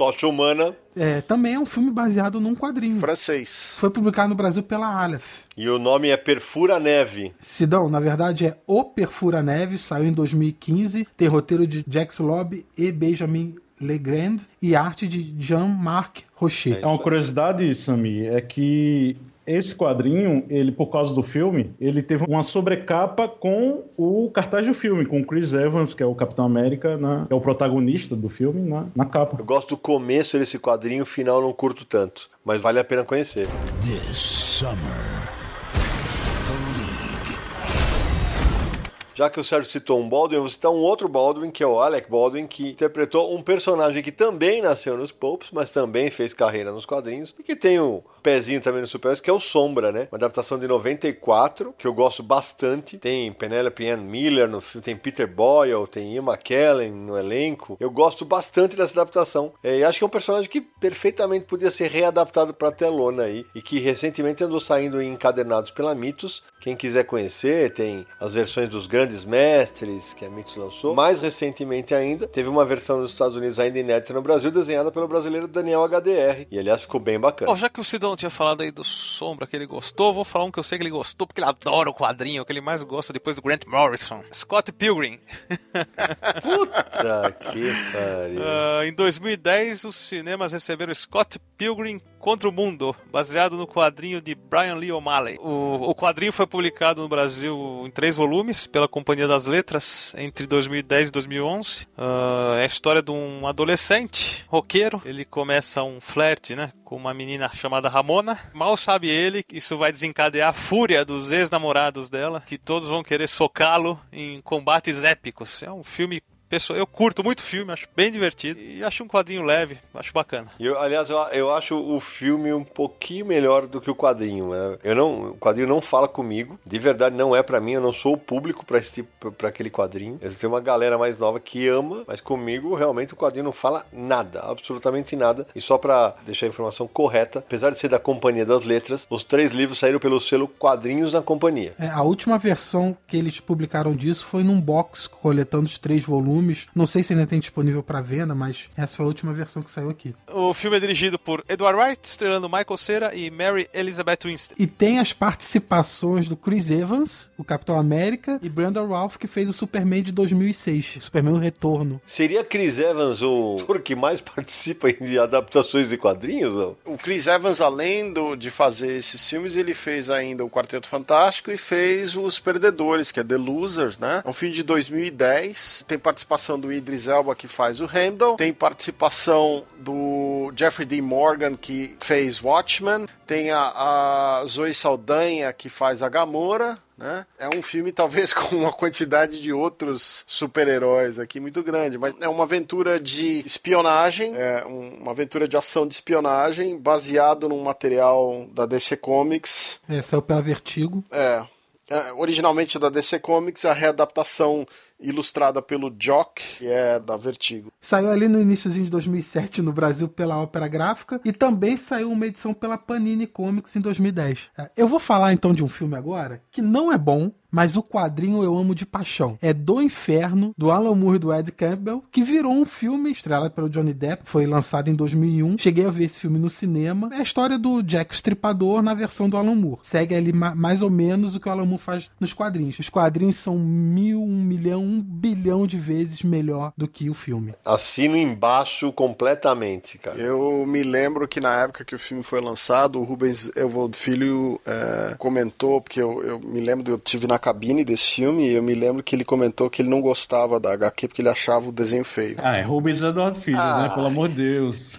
semana. É, também é um filme baseado num quadrinho. Francês. Foi publicado no Brasil pela Aleph. E o nome é Perfura Neve. Sidão, na verdade é O Perfura Neve, saiu em dois mil e quinze. Tem roteiro de Jacques Lob e Benjamin Legrand e arte de Jean-Marc Rocher. É uma curiosidade, Sami, é que esse quadrinho, ele, por causa do filme, ele teve uma sobrecapa com o cartaz do filme, com o Chris Evans, que é o Capitão América, na, que é o protagonista do filme, na, na capa. Eu gosto do começo desse quadrinho, o final não curto tanto, mas vale a pena conhecer. This summer. Já que o Sérgio citou um Baldwin, eu vou citar um outro Baldwin, que é o Alec Baldwin, que interpretou um personagem que também nasceu nos Pulps, mas também fez carreira nos quadrinhos, e que tem um pezinho também no super-heróis, que é o Sombra, né? Uma adaptação de noventa e quatro, que eu gosto bastante. Tem Penelope Ann Miller no filme, tem Peter Boyle, tem Ian McKellen no elenco. Eu gosto bastante dessa adaptação. É, e acho que é um personagem que perfeitamente podia ser readaptado para telona aí, e que recentemente andou saindo em encadernados pela Mitos. Quem quiser conhecer, tem as versões dos Grandes Mestres, que a Mitos lançou. Mais recentemente ainda, teve uma versão nos Estados Unidos ainda inédita no Brasil, desenhada pelo brasileiro Daniel H D R. E, aliás, ficou bem bacana. Oh, já que o Sidão tinha falado aí do Sombra que ele gostou, vou falar um que eu sei que ele gostou, porque ele adora o quadrinho, que ele mais gosta depois do Grant Morrison. Scott Pilgrim. Puta que pariu. Uh, em dois mil e dez, os cinemas receberam Scott Pilgrim contra o Mundo, baseado no quadrinho de Brian Lee O'Malley. O, o quadrinho foi publicado no Brasil em três volumes pela Companhia das Letras entre dois mil e dez e dois mil e onze. Uh, é a história de um adolescente roqueiro. Ele começa um flerte, né, com uma menina chamada Ramona. Mal sabe ele que isso vai desencadear a fúria dos ex-namorados dela, que todos vão querer socá-lo em combates épicos. É um filme... Pessoal, eu curto muito o filme, acho bem divertido e acho um quadrinho leve, acho bacana. Eu, aliás, eu, eu acho o filme um pouquinho melhor do que o quadrinho. Né? Eu não, o quadrinho não fala comigo, de verdade não é pra mim, eu não sou o público pra, esse tipo, pra aquele quadrinho. Eu tenho uma galera mais nova que ama, mas comigo realmente o quadrinho não fala nada, absolutamente nada. E só pra deixar a informação correta, apesar de ser da Companhia das Letras, os três livros saíram pelo selo Quadrinhos na Companhia. É, a última versão que eles publicaram disso foi num box coletando os três volumes. Não sei se ainda tem disponível para venda, mas essa foi a última versão que saiu aqui. O filme é dirigido por Edward Wright, estrelando Michael Cera e Mary Elizabeth Winstead. E tem as participações do Chris Evans, o Capitão América, e Brandon Routh, que fez o Superman de dois mil e seis. Superman o Retorno. Seria Chris Evans o ator que mais participa de adaptações de quadrinhos? Não? O Chris Evans, além do, de fazer esses filmes, ele fez ainda o Quarteto Fantástico e fez Os Perdedores, que é The Losers, né? É um filme de dois mil e dez. Tem participação do Idris Elba, que faz o Heimdall. Tem participação do Jeffrey Dean Morgan, que fez Watchmen. Tem a, a Zoe Saldanha, que faz a Gamora. Né? É um filme talvez com uma quantidade de outros super-heróis aqui muito grande, mas é uma aventura de espionagem, é um, uma aventura de ação de espionagem baseado num material da D C Comics. É, saiu pela Vertigo. É, é originalmente da D C Comics, a readaptação ilustrada pelo Jock, que é da Vertigo. Saiu ali no iniciozinho de dois mil e sete no Brasil pela Ópera Gráfica e também saiu uma edição pela Panini Comics em dois mil e dez. Eu vou falar então de um filme agora que não é bom, mas o quadrinho eu amo de paixão. É Do Inferno, do Alan Moore e do Ed Campbell, que virou um filme estrelado pelo Johnny Depp, foi lançado em dois mil e um. Cheguei a ver esse filme no cinema. É a história do Jack o Estripador na versão do Alan Moore. Segue ali ma- mais ou menos o que o Alan Moore faz nos quadrinhos. Os quadrinhos são mil, um milhão, um bilhão de vezes melhor do que o filme. Assino embaixo completamente, cara. Eu me lembro que na época que o filme foi lançado, o Rubens Evold Filho é, comentou, porque eu, eu me lembro, eu tive na cabine desse filme, e eu me lembro que ele comentou que ele não gostava da agá quê porque ele achava o desenho feio. Ah, é Rubens Eduardo Filho, ah. né? Pelo amor de Deus.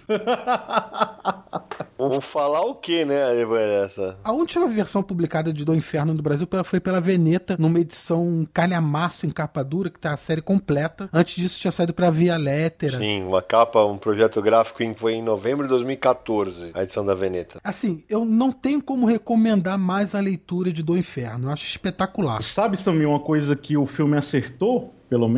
Vamos falar o que, né, essa? A última versão publicada de Do Inferno no Brasil foi pela Veneta, numa edição calhamaço em capa dura, que tá a série completa. Antes disso tinha saído pra Via Lettera. Sim, uma capa, um projeto gráfico em, foi em novembro de dois mil e catorze, a edição da Veneta. Assim, eu não tenho como recomendar mais a leitura de Do Inferno. Eu acho espetacular. Sabe também uma coisa que o filme acertou, pelo menos?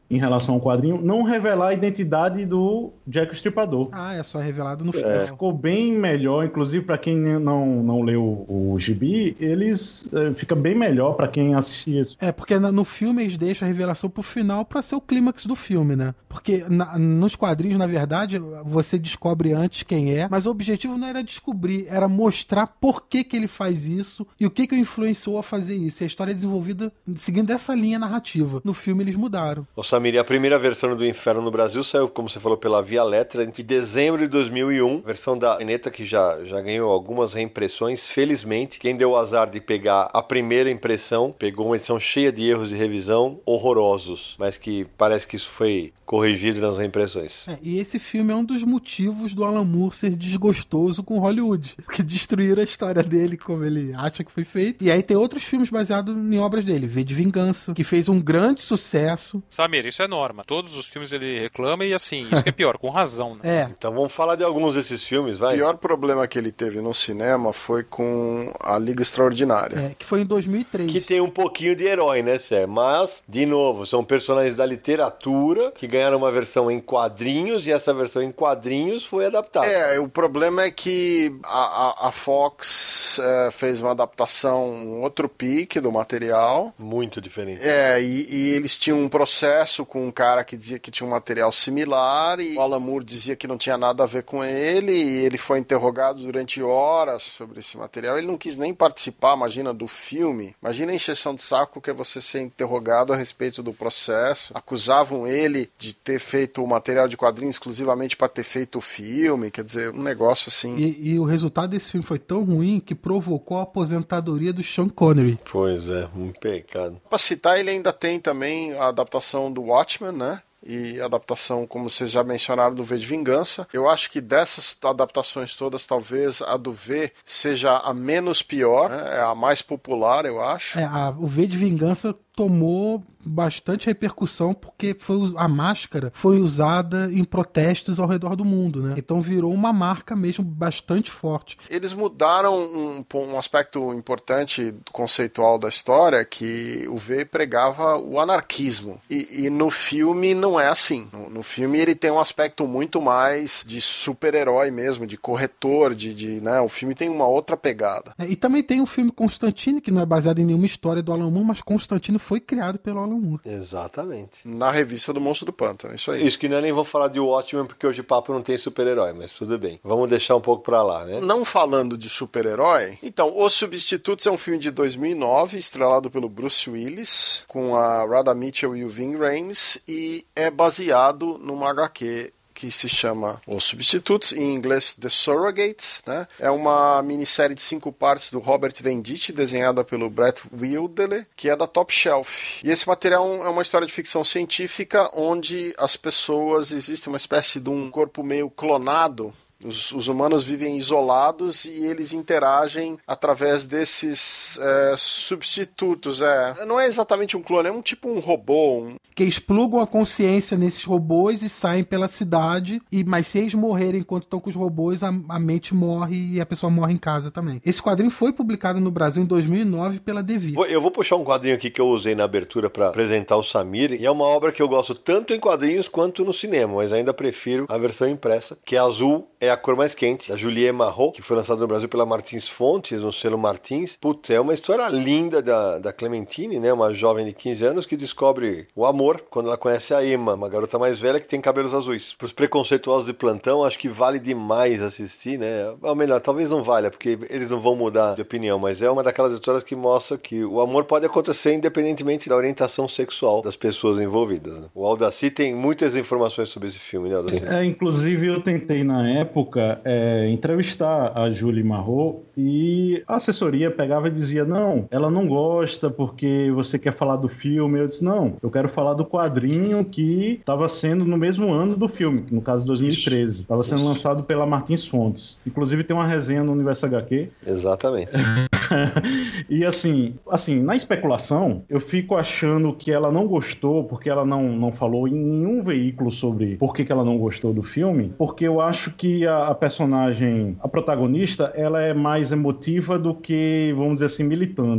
em relação ao quadrinho, não revelar a identidade do Jack o Estripador. Ah, é só revelado no É. final. Ficou bem melhor, inclusive para quem não, não leu o, o gibi, eles é, fica bem melhor para quem assistir isso. É, porque no filme eles deixam a revelação pro final pra ser o clímax do filme, né? Porque na, nos quadrinhos, na verdade, você descobre antes quem é, mas o objetivo não era descobrir, era mostrar por que que ele faz isso e o que que o influenciou a fazer isso. E a história é desenvolvida seguindo essa linha narrativa. No filme eles mudaram. Ô Samir, a primeira versão do Inferno no Brasil saiu, como você falou, pela Via Letra em dezembro de dois mil e um. Versão da Eneta que já, já ganhou algumas reimpressões. Felizmente, quem deu o azar de pegar a primeira impressão, pegou uma edição cheia de erros de revisão horrorosos, mas que parece que isso foi corrigido nas reimpressões. É, e esse filme é um dos motivos do Alan Moore ser desgostoso com Hollywood, porque destruíram a história dele como ele acha que foi feito. E aí tem outros filmes baseados em obras dele, V de Vingança, que fez um grande sucesso. Samir, isso é norma. Todos os filmes ele reclama e assim, isso que é pior, com razão, né? É. Então vamos falar de alguns desses filmes, vai? O pior problema que ele teve no cinema foi com a Liga Extraordinária. É, que foi em dois mil e três. Que tem um pouquinho de herói, né, Sé? Mas, de novo, são personagens da literatura que ganharam uma versão em quadrinhos e essa versão em quadrinhos foi adaptada. É, o problema é que a, a, a Fox é, fez uma adaptação, um outro pique do material. Muito diferente. É, e, e eles tinham um processo com um cara que dizia que tinha um material similar e o Alan Moore dizia que não tinha nada a ver com ele e ele foi interrogado durante horas sobre esse material. Ele não quis nem participar, imagina, do filme. Imagina a encheção de saco que é você ser interrogado a respeito do processo. Acusavam ele de ter feito o material de quadrinho exclusivamente para ter feito o filme, quer dizer, um negócio assim. E, e o resultado desse filme foi tão ruim que provocou a aposentadoria do Sean Connery. Pois é, um pecado. Para citar, ele ainda tem também a adaptação do Watchmen, né? E a adaptação, como vocês já mencionaram, do V de Vingança. Eu acho que dessas adaptações todas, talvez a do V seja a menos pior, né? É a mais popular, eu acho. É, a, o V de Vingança tomou bastante repercussão porque foi, a máscara foi usada em protestos ao redor do mundo, né? Então virou uma marca mesmo bastante forte. Eles mudaram um, um aspecto importante conceitual da história, que o V pregava o anarquismo. E, e no filme não é assim. No, no filme ele tem um aspecto muito mais de super-herói mesmo, de corretor, de, de, né? O filme tem uma outra pegada. É, e também tem o filme Constantine, que não é baseado em nenhuma história do Alan Moore, mas Constantine foi criado pelo Alan Moore. Exatamente. Na revista do Monstro do Pântano, isso aí. Isso que não é nem vou falar de Watchmen, porque hoje o papo não tem super-herói, mas tudo bem. Vamos deixar um pouco pra lá, né? Não falando de super-herói, então, Os Substitutos é um filme de dois mil e nove, estrelado pelo Bruce Willis, com a Radha Mitchell e o Ving Rhames, e é baseado numa agá quê que se chama Os Substitutos, em inglês The Surrogates, né? É uma minissérie de cinco partes do Robert Venditti, desenhada pelo Brett Wildele, que é da Top Shelf. E esse material é uma história de ficção científica onde as pessoas, existe uma espécie de um corpo meio clonado. Os, os humanos vivem isolados e eles interagem através desses é, substitutos. É. Não é exatamente um clone, é um tipo um robô. Um... Que explugam a consciência nesses robôs e saem pela cidade. E, mas se eles morrerem enquanto estão com os robôs, a, a mente morre e a pessoa morre em casa também. Esse quadrinho foi publicado no Brasil em dois mil e nove pela Devir. Eu vou puxar um quadrinho aqui que eu usei na abertura para apresentar o Samir. E é uma obra que eu gosto tanto em quadrinhos quanto no cinema, mas ainda prefiro a versão impressa, que é azul. É a cor mais quente, a Julie Marot, que foi lançada no Brasil pela Martins Fontes, no selo Martins. Putz, é uma história linda da, da Clementine, né? Uma jovem de quinze anos que descobre o amor quando ela conhece a Emma, uma garota mais velha que tem cabelos azuis. Para os preconceituosos de plantão, acho que vale demais assistir, né? Ou melhor, talvez não valha, porque eles não vão mudar de opinião, mas é uma daquelas histórias que mostra que o amor pode acontecer independentemente da orientação sexual das pessoas envolvidas, né? O Aldaci tem muitas informações sobre esse filme, né, Aldaci? É, inclusive eu tentei na época época, é, entrevistar a Julie Marot e a assessoria pegava e dizia, não, ela não gosta porque você quer falar do filme. Eu disse, não, eu quero falar do quadrinho que estava sendo no mesmo ano do filme, no caso dois mil e treze. Estava sendo lançado pela Martins Fontes. Inclusive tem uma resenha no Universo agá quê. Exatamente. E assim, assim, na especulação, eu fico achando que ela não gostou porque ela não, não falou em nenhum veículo sobre por que, que ela não gostou do filme, porque eu acho que a, a personagem, a protagonista, ela é mais emotiva do que, vamos dizer assim, militante.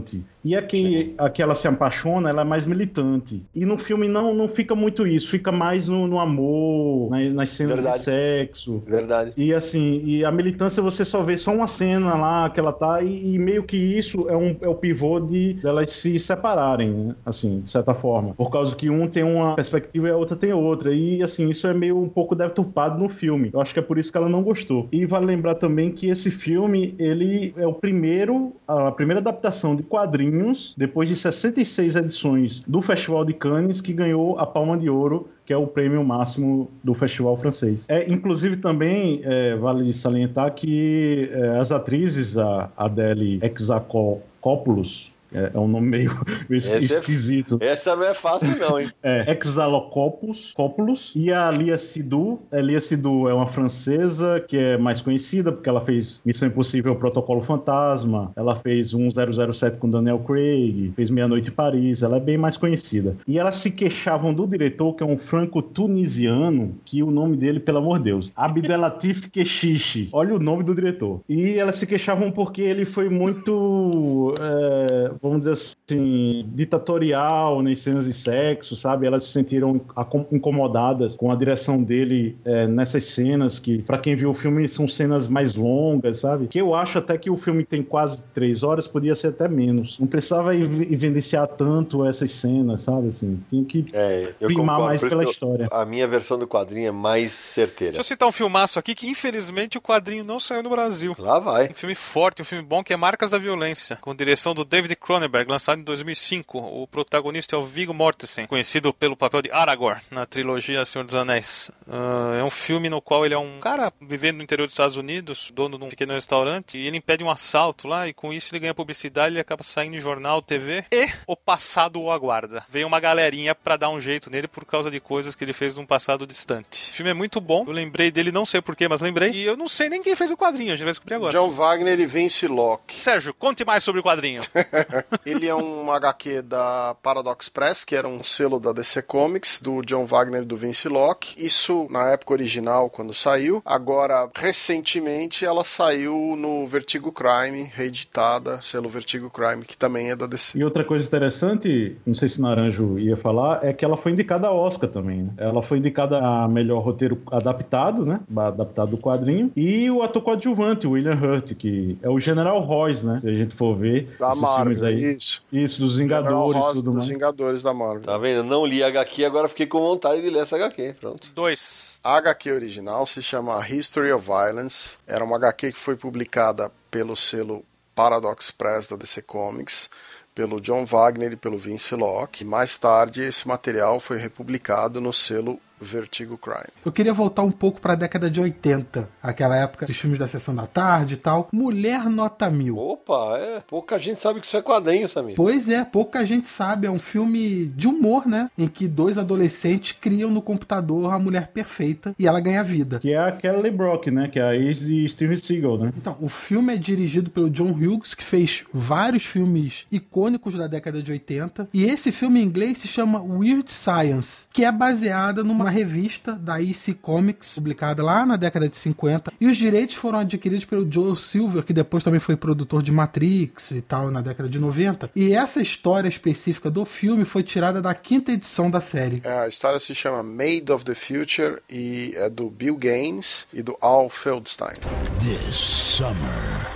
E aqui, aqui ela se apaixona, ela é mais militante. E no filme não, não fica muito isso, fica mais no, no amor, nas, nas cenas Verdade. de sexo. Verdade. E assim, e a militância você só vê só uma cena lá que ela tá, e, e meio que isso é, um, é o pivô de, de elas se separarem, né? Assim, de certa forma. Por causa que um tem uma perspectiva e a outra tem outra. E assim, isso é meio um pouco deturpado no filme. Eu acho que é por isso que ela não gostou. E vale lembrar também que esse filme, ele é o primeiro, a primeira adaptação de quadrinhos, depois de sessenta e seis edições do Festival de Cannes, que ganhou a Palma de Ouro, que é o prêmio máximo do festival francês. É, inclusive também é, vale salientar que é, as atrizes, a Adele Exarchopoulos, É, é um nome meio, meio esquisito. É, essa não é fácil não, hein? É, Exarchopoulos, Copoulos, e a Lia Seydoux. A Lia Seydoux é uma francesa que é mais conhecida porque ela fez Missão Impossível Protocolo Fantasma, ela fez um zero zero sete com Daniel Craig, fez Meia-Noite em Paris, ela é bem mais conhecida. E elas se queixavam do diretor, que é um franco-tunisiano, que o nome dele, pelo amor de Deus, Abdelatif Kechiche. Olha o nome do diretor. E elas se queixavam porque ele foi muito... É, vamos dizer assim, ditatorial nas cenas de sexo, sabe? Elas se sentiram incomodadas com a direção dele é, nessas cenas que, pra quem viu o filme, são cenas mais longas, sabe? Que eu acho até que o filme tem quase três horas, podia ser até menos. Não precisava evidenciar tanto essas cenas, sabe? Assim, tinha que é, primar mais pela história. A minha versão do quadrinho é mais certeira. Deixa eu citar um filmaço aqui que, infelizmente, o quadrinho não saiu no Brasil. Lá vai. Um filme forte, um filme bom, que é Marcas da Violência, com direção do David Cronenberg, lançado em dois mil e cinco. O protagonista é o Viggo Mortensen, conhecido pelo papel de Aragorn na trilogia Senhor dos Anéis. Uh, é um filme no qual ele é um cara vivendo no interior dos Estados Unidos, dono de um pequeno restaurante, e ele impede um assalto lá, e com isso ele ganha publicidade, ele acaba saindo em jornal, T V, e o passado o aguarda. Vem uma galerinha pra dar um jeito nele por causa de coisas que ele fez num passado distante. O filme é muito bom, eu lembrei dele, não sei porquê, mas lembrei, e eu não sei nem quem fez o quadrinho, a gente vai descobrir agora. John Wagner e Vince Locke. Sérgio, conte mais sobre o quadrinho. Ele é um agá quê da Paradox Press, que era um selo da D C Comics, do John Wagner e do Vince Locke. Isso na época original, quando saiu. Agora, recentemente, ela saiu no Vertigo Crime, reeditada, selo Vertigo Crime, que também é da D C. E outra coisa interessante, não sei se Naranjo ia falar, é que ela foi indicada a Oscar também, né? Ela foi indicada a melhor roteiro adaptado, né? Adaptado do quadrinho. E o ator coadjuvante, o William Hurt, que é o General Ross, né? Se a gente for ver da esses Marvel, filmes aí. Isso. Isso, dos Vingadores, Ross, tudo dos mais. Vingadores da Marvel. Tá vendo? Não li a agá quê, agora fiquei com vontade de ler essa agá quê. Pronto. Dois. A agá quê original se chama History of Violence. Era uma agá quê que foi publicada pelo selo Paradox Press da D C Comics, pelo John Wagner e pelo Vince Locke. Mais tarde, esse material foi republicado no selo Vertigo Crime. Eu queria voltar um pouco para a década de oitenta, aquela época dos filmes da Sessão da Tarde e tal. Mulher Nota Mil. Opa, é. Pouca gente sabe que isso é quadrinho, Samir. Pois é, pouca gente sabe. É um filme de humor, né? Em que dois adolescentes criam no computador a mulher perfeita e ela ganha vida. Que é a Kelly Brock, né? Que é a ex de Steven Seagal, né? Então, o filme é dirigido pelo John Hughes, que fez vários filmes icônicos da década de oitenta. E esse filme em inglês se chama Weird Science, que é baseada numa revista da E C Comics, publicada lá na década de cinquenta, e os direitos foram adquiridos pelo Joel Silver, que depois também foi produtor de Matrix e tal, na década de noventa, e essa história específica do filme foi tirada da quinta edição da série. É, a história se chama Made of the Future e é do Bill Gaines e do Al Feldstein. This summer.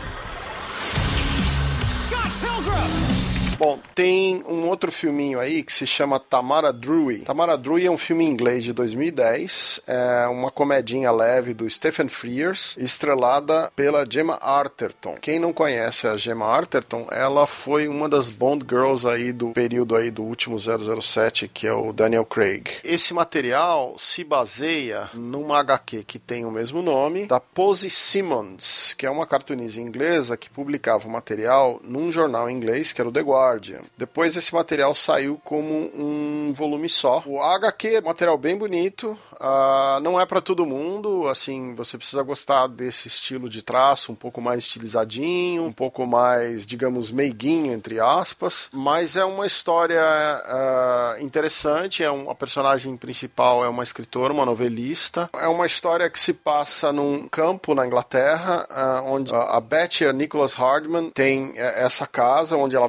Scott Pilgrim! Bom, tem um outro filminho aí que se chama Tamara Drewy. Tamara Drewy é um filme em inglês de dois mil e dez, é uma comedinha leve do Stephen Frears, estrelada pela Gemma Arterton. Quem não conhece a Gemma Arterton, ela foi uma das Bond Girls aí do período aí do último zero zero sete, que é o Daniel Craig. Esse material se baseia numa agá quê que tem o mesmo nome, da Posy Simmons, que é uma cartunista inglesa que publicava o material num jornal em inglês, que era o The Guardian. Depois esse material saiu como um volume só. O agá quê é um material bem bonito, uh, não é para todo mundo, assim, você precisa gostar desse estilo de traço, um pouco mais estilizadinho, um pouco mais, digamos, meiguinho, entre aspas, mas é uma história uh, interessante, é um, a personagem principal é uma escritora, uma novelista, é uma história que se passa num campo na Inglaterra, uh, onde a Betty, a Nicholas Hardman, tem essa casa onde ela vai passar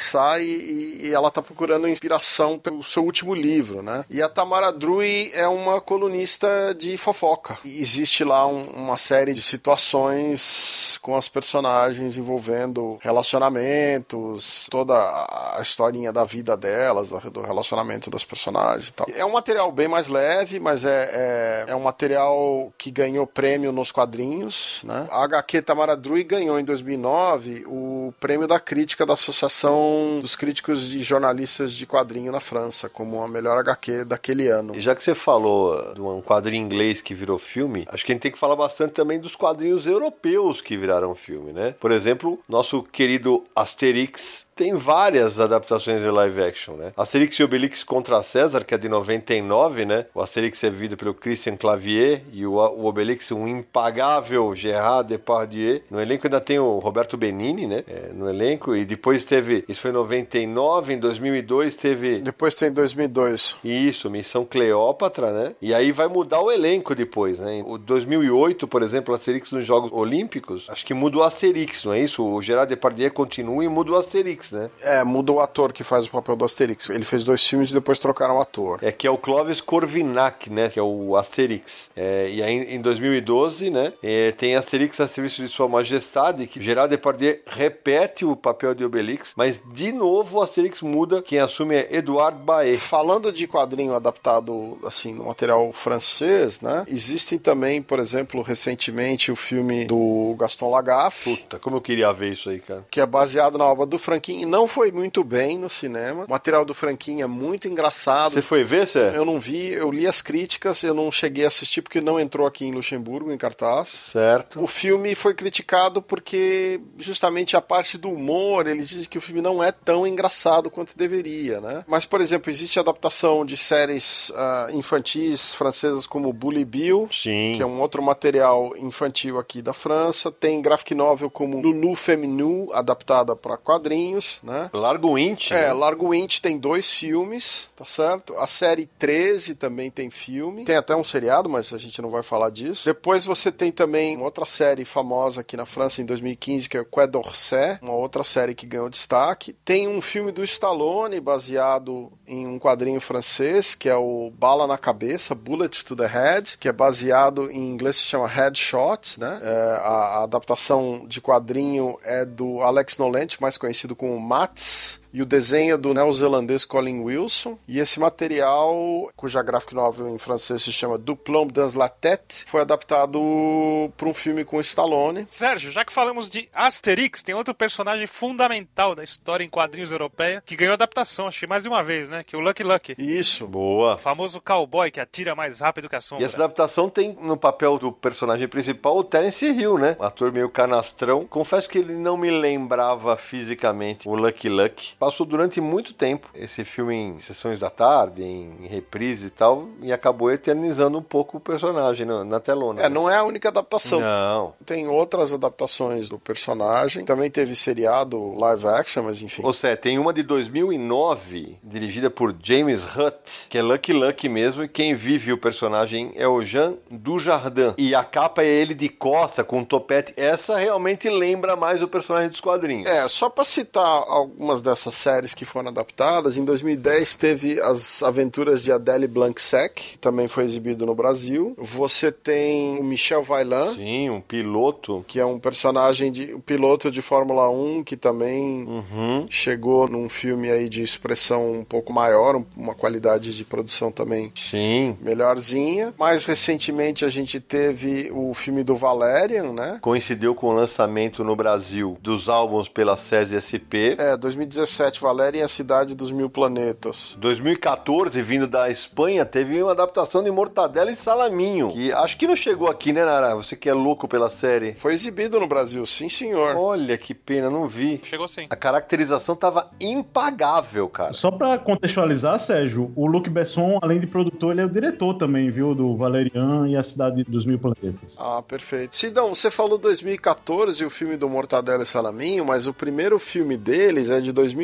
começar e, e ela tá procurando inspiração pelo seu último livro, né? E a Tamara Drury é uma colunista de fofoca. E existe lá um, uma série de situações com as personagens envolvendo relacionamentos, toda a historinha da vida delas, do relacionamento das personagens e tal. É um material bem mais leve, mas é, é, é um material que ganhou prêmio nos quadrinhos, né? A agá quê Tamara Drury ganhou em dois mil e nove o prêmio da crítica da Associação dos Críticos de Jornalistas de Quadrinho na França, como a melhor agá quê daquele ano. E já que você falou de um quadrinho inglês que virou filme, acho que a gente tem que falar bastante também dos quadrinhos europeus que viraram filme, né? Por exemplo, nosso querido Asterix tem várias adaptações em live action, né? Asterix e Obelix contra César, que é de noventa e nove, né? O Asterix é vivido pelo Christian Clavier e o, o Obelix um impagável Gérard Depardieu. No elenco ainda tem o Roberto Benigni, né? É, no elenco. E depois teve... Isso foi em noventa e nove, em dois mil e dois teve... Depois tem dois mil e dois. Isso, Missão Cleópatra, né? E aí vai mudar o elenco depois, né? O dois mil e oito, por exemplo, Asterix nos Jogos Olímpicos, acho que muda o Asterix, não é isso? O Gérard Depardieu continua e muda o Asterix, né? É, muda o ator que faz o papel do Asterix. Ele fez dois filmes e depois trocaram o ator. É, que é o Clovis Corvinac, né? Que é o Asterix. É, e aí, em dois mil e doze, né? É, tem Asterix a serviço de Sua Majestade, que Gérard Depardieu repete o papel de Obelix, mas, de novo, o Asterix muda. Quem assume é Edouard Baer. Falando de quadrinho adaptado, assim, no material francês, né? Existem também, por exemplo, recentemente, o filme do Gaston Lagaffe. Puta, como eu queria ver isso aí, cara. Que é baseado na obra do Franquin e não foi muito bem no cinema. O material do Franquin é muito engraçado. Você foi ver, Cé? Eu não vi, eu li as críticas, eu não cheguei a assistir porque não entrou aqui em Luxemburgo, em cartaz. Certo. O filme foi criticado porque justamente a parte do humor, eles dizem que o filme não é tão engraçado quanto deveria, né? Mas, por exemplo, existe adaptação de séries uh, infantis francesas como Bully Bill, Sim. que é um outro material infantil aqui da França. Tem graphic novel como Lulu Feminu, adaptada para quadrinhos, né? Largo Winch. É, né? Largo Winch tem dois filmes, tá certo? A série treze também tem filme. Tem até um seriado, mas a gente não vai falar disso. Depois você tem também uma outra série famosa aqui na França em dois mil e quinze, que é o Quai d'Orsay, uma outra série que ganhou destaque. Tem um filme do Stallone, baseado em um quadrinho francês, que é o Bala na Cabeça, Bullet to the Head, que é baseado em inglês, se chama Headshot, né? É, a, a adaptação de quadrinho é do Alex Nolent, mais conhecido como Mats, e o desenho é do neozelandês Colin Wilson. E esse material, cuja graphic novel em francês se chama Duplomb dans la tête, foi adaptado para um filme com Stallone. Sérgio, já que falamos de Asterix, tem outro personagem fundamental da história em quadrinhos europeia que ganhou adaptação, acho que mais de uma vez, né? Que é o Lucky Lucky. Isso. Boa. O famoso cowboy que atira mais rápido que a sombra. E essa adaptação tem no papel do personagem principal o Terence Hill, né? Um ator meio canastrão. Confesso que ele não me lembrava fisicamente o Lucky Lucky. Passou durante muito tempo esse filme em sessões da tarde, em reprise e tal, e acabou eternizando um pouco o personagem na, na telona. É, não é a única adaptação. Não. Tem outras adaptações do personagem. Também teve seriado live action, mas enfim. Ou seja, tem uma de dois mil e nove, dirigida por James Hutt, que é Lucky Lucky mesmo, e quem vive o personagem é o Jean Dujardin. E a capa é ele de costa, com um topete. Essa realmente lembra mais o personagem dos quadrinhos. É, só pra citar algumas dessas séries que foram adaptadas, em dois mil e dez teve As Aventuras de Adèle Blanc-Sec, que também foi exibido no Brasil. Você tem o Michel Vaillant. Sim, um piloto. Que é um personagem, de um piloto de Fórmula um, que também uhum. chegou num filme aí de expressão um pouco maior, uma qualidade de produção também Sim. melhorzinha. Mais recentemente a gente teve o filme do Valerian, né? Coincidiu com o lançamento no Brasil dos álbuns pela SESI S P. É, dois mil e dezessete, Valerian e a Cidade dos Mil Planetas. dois mil e quatorze, vindo da Espanha, teve uma adaptação de Mortadela e Salaminho, que acho que não chegou aqui, né, Nara? Você que é louco pela série. Foi exibido no Brasil, sim, senhor. Olha, que pena, não vi. Chegou sim. A caracterização tava impagável, cara. Só pra contextualizar, Sérgio, o Luc Besson, além de produtor, ele é o diretor também, viu? Do Valerian e a Cidade dos Mil Planetas. Ah, perfeito. Sidão, você falou dois mil e quatorze, o filme do Mortadela e Salaminho, mas o primeiro filme deles é de dois mil e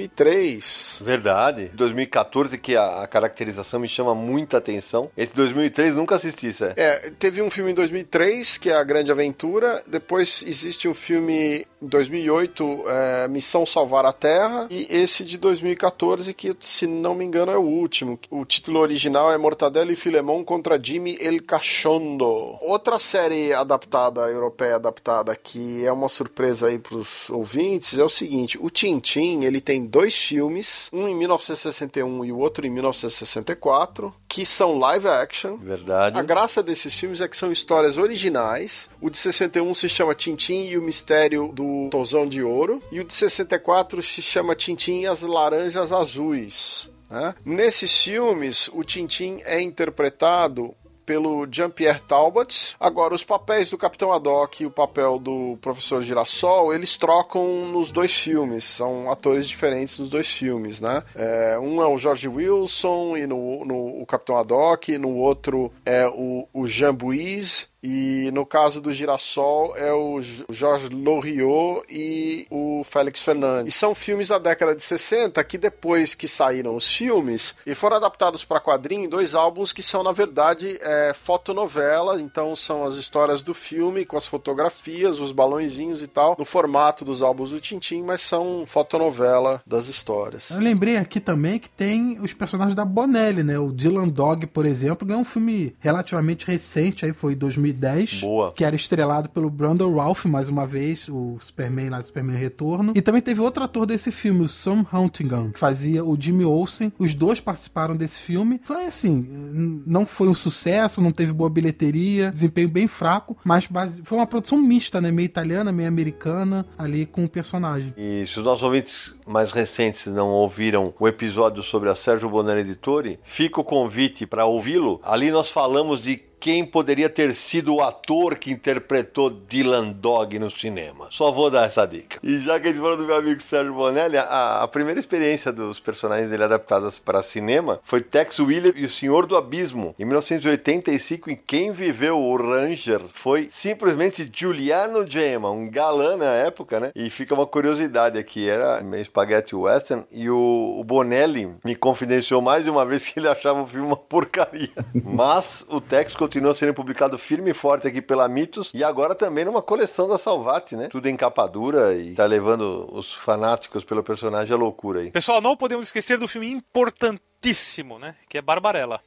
e três. Verdade. dois mil e quatorze, que a, a caracterização me chama muita atenção. Esse dois mil e três nunca assisti, isso é. É, teve um filme em dois mil e três, que é A Grande Aventura. Depois existe um filme em dois mil e oito, é, Missão Salvar a Terra. E esse de dois mil e quatorze, que, se não me engano, é o último. O título original é Mortadelo e Filemón contra Jimmy El Cachondo. Outra série adaptada, europeia adaptada, que é uma surpresa aí pros ouvintes, é o seguinte: o Tintin, ele tem dois filmes, um em mil novecentos e sessenta e um e o outro em mil novecentos e sessenta e quatro, que são live action. Verdade. A graça desses filmes é que são histórias originais. O de sessenta e um se chama Tintin e o Mistério do Tozão de Ouro, e o de sessenta e quatro se chama Tintin e as Laranjas Azuis. Né? Nesses filmes, o Tintin é interpretado pelo Jean-Pierre Talbot. Agora, os papéis do Capitão Haddock e o papel do Professor Girassol, eles trocam nos dois filmes. São atores diferentes nos dois filmes, né? É, um é o George Wilson e no, no o Capitão Haddock, e no outro é o, o Jean Bouise. E no caso do Girassol é o Georges Loriot e o Félix Fernandes. E são filmes da década de sessenta que, depois que saíram os filmes, e foram adaptados para quadrinho em dois álbuns que são, na verdade, é, fotonovela. Então são as histórias do filme com as fotografias, os balõezinhos e tal, no formato dos álbuns do Tintin, mas são fotonovela das histórias. Eu lembrei aqui também que tem os personagens da Bonelli, né? O Dylan Dog, por exemplo, é um filme relativamente recente, aí foi dois mil e dez. Boa. Que era estrelado pelo Brandon Routh, mais uma vez, o Superman lá, Superman Retorno. E também teve outro ator desse filme, o Sam Huntington, que fazia o Jimmy Olsen. Os dois participaram desse filme. Foi assim, não foi um sucesso, não teve boa bilheteria, desempenho bem fraco, mas base... foi uma produção mista, né? Meio italiana, meio americana, ali com o personagem. E se os nossos ouvintes mais recentes não ouviram o episódio sobre a Sérgio Bonelli Editore, fica o convite para ouvi-lo. Ali nós falamos de quem poderia ter sido o ator que interpretou Dylan Dog no cinema. Só vou dar essa dica. E já que a gente falou do meu amigo Sérgio Bonelli, a, a primeira experiência dos personagens dele adaptadas para cinema foi Tex Willer e o Senhor do Abismo, em mil novecentos e oitenta e cinco, e quem viveu o Ranger foi simplesmente Giuliano Gemma, um galã na época, né? E fica uma curiosidade aqui, era meio spaghetti western, e o, o Bonelli me confidenciou mais de uma vez que ele achava o filme uma porcaria. Mas o Tex continua sendo publicado firme e forte aqui pela Mitos, e agora também numa coleção da Salvati, né? Tudo em capa dura, e tá levando os fanáticos pelo personagem à loucura aí. Pessoal, não podemos esquecer do filme importantíssimo, né? Que é Barbarella.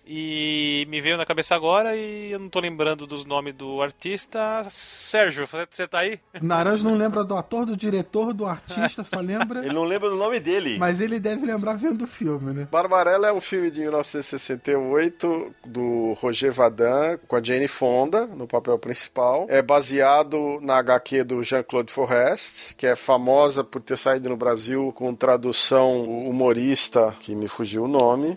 E me veio na cabeça agora e eu não tô lembrando dos nomes do artista. Sérgio, você tá aí? Naranjo não lembra do ator, do diretor, do artista, só lembra... Ele não lembra do nome dele. Mas ele deve lembrar vendo o filme, né? Barbarella é um filme de mil novecentos e sessenta e oito do Roger Vadim, com a Jane Fonda no papel principal. É baseado na agá quê do Jean-Claude Forest, que é famosa por ter saído no Brasil com tradução humorista, que me fugiu o nome.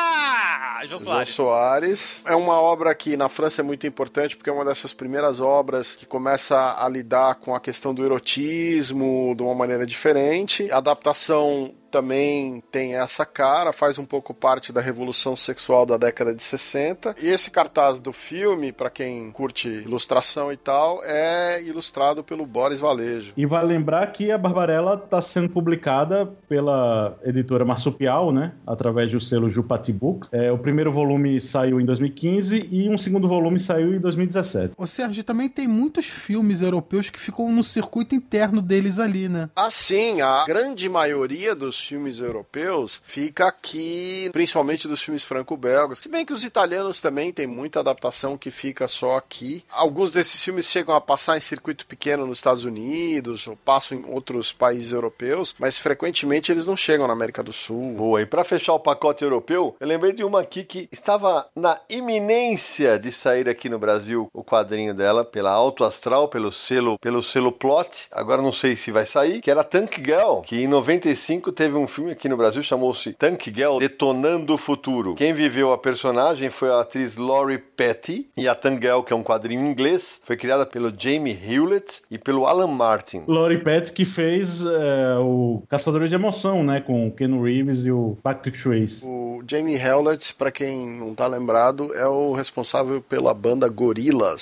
João Soares. Soares. Soares. É uma obra que na França é muito importante, porque é uma dessas primeiras obras que começa a lidar com a questão do erotismo de uma maneira diferente. A adaptação também tem essa cara, faz um pouco parte da revolução sexual da década de sessenta. E esse cartaz do filme, para quem curte ilustração e tal, é ilustrado pelo Boris Vallejo. E vai lembrar que a Barbarella está sendo publicada pela editora Marsupial, né? Através do selo Jupati Book. É, o primeiro volume saiu em dois mil e quinze e um segundo volume saiu em dois mil e dezessete. Ô Sérgio, também tem muitos filmes europeus que ficam no circuito interno deles ali, né? Ah, sim, a grande maioria dos filmes europeus fica aqui, principalmente dos filmes franco-belgas. Se bem que os italianos também tem muita adaptação que fica só aqui. Alguns desses filmes chegam a passar em circuito pequeno nos Estados Unidos, ou passam em outros países europeus, mas frequentemente eles não chegam na América do Sul. Boa, e pra fechar o pacote europeu, eu lembrei de uma aqui que estava na iminência de sair aqui no Brasil, o quadrinho dela, pela Alto Astral, pelo selo, pelo selo Plot. Agora não sei se vai sair, que era Tank Girl, que em noventa e cinco teve um filme aqui no Brasil, chamou-se Tank Girl Detonando o Futuro. Quem viveu a personagem foi a atriz Lori Petty, e a Tank Girl, que é um quadrinho em inglês, foi criada pelo Jamie Hewlett e pelo Alan Martin. Lori Petty que fez é, o Caçadores de Emoção, né, com o Ken Reeves e o Patrick Swayze. O Jamie Hewlett, pra quem não tá lembrado, é o responsável pela banda Gorillaz.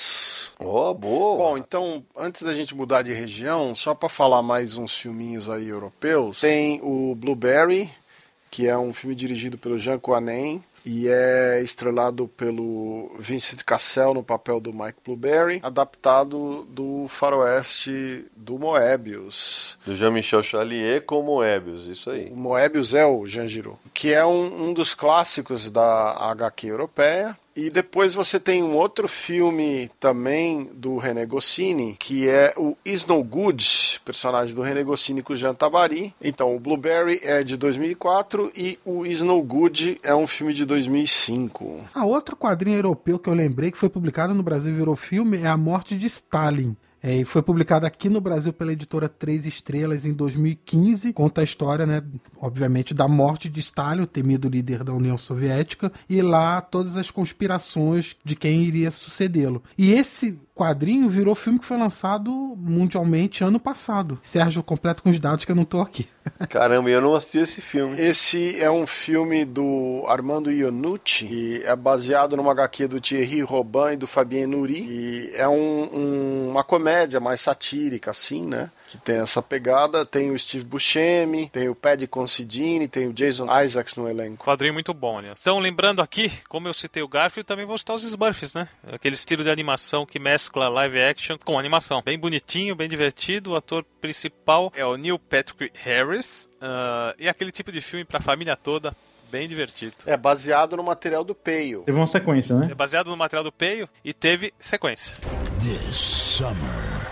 Netflix. Oh, boa! Bom, então, antes da gente mudar de região, só para falar mais uns filminhos aí europeus, tem o Blueberry, que é um filme dirigido pelo Jean Coanen, e é estrelado pelo Vincent Cassel no papel do Mike Blueberry, adaptado do faroeste do Moebius. Do Jean-Michel Chalier com Moebius, isso aí. O Moebius é o Jean Giraud, que é um, um dos clássicos da H Q europeia. E depois você tem um outro filme também do René Goscinny, que é o Is No Good, personagem do René Goscinny com o Jean Tabary. Então, o Blueberry é de dois mil e quatro e o Is No Good é um filme de dois mil e cinco. Ah, outro quadrinho europeu que eu lembrei que foi publicado no Brasil e virou filme é A Morte de Stalin. É, e foi publicado aqui no Brasil pela editora Três Estrelas em dois mil e quinze. Conta a história, né, obviamente, da morte de Stalin, o temido líder da União Soviética, e lá todas as conspirações de quem iria sucedê-lo. E esse quadrinho virou filme que foi lançado mundialmente ano passado. Sérgio, completo com os dados que eu não tô aqui. Caramba, eu não assisti esse filme. Esse é um filme do Armando Iannucci, que é baseado numa H Q do Thierry Robin e do Fabien Nury, e é um, um, uma comédia mais satírica, assim, né? Que tem essa pegada, tem o Steve Buscemi, tem o Paddy Considine, tem o Jason Isaacs no elenco. Quadrinho muito bom, aliás. Então, lembrando aqui, como eu citei o Garfield, também vou citar os Smurfs, né? Aquele estilo de animação que mescla live action com animação. Bem bonitinho, bem divertido. O ator principal é o Neil Patrick Harris. Uh, e aquele tipo de filme pra família toda, bem divertido. É baseado no material do Peio. Teve uma sequência, né? É baseado no material do Peio e teve sequência. This summer.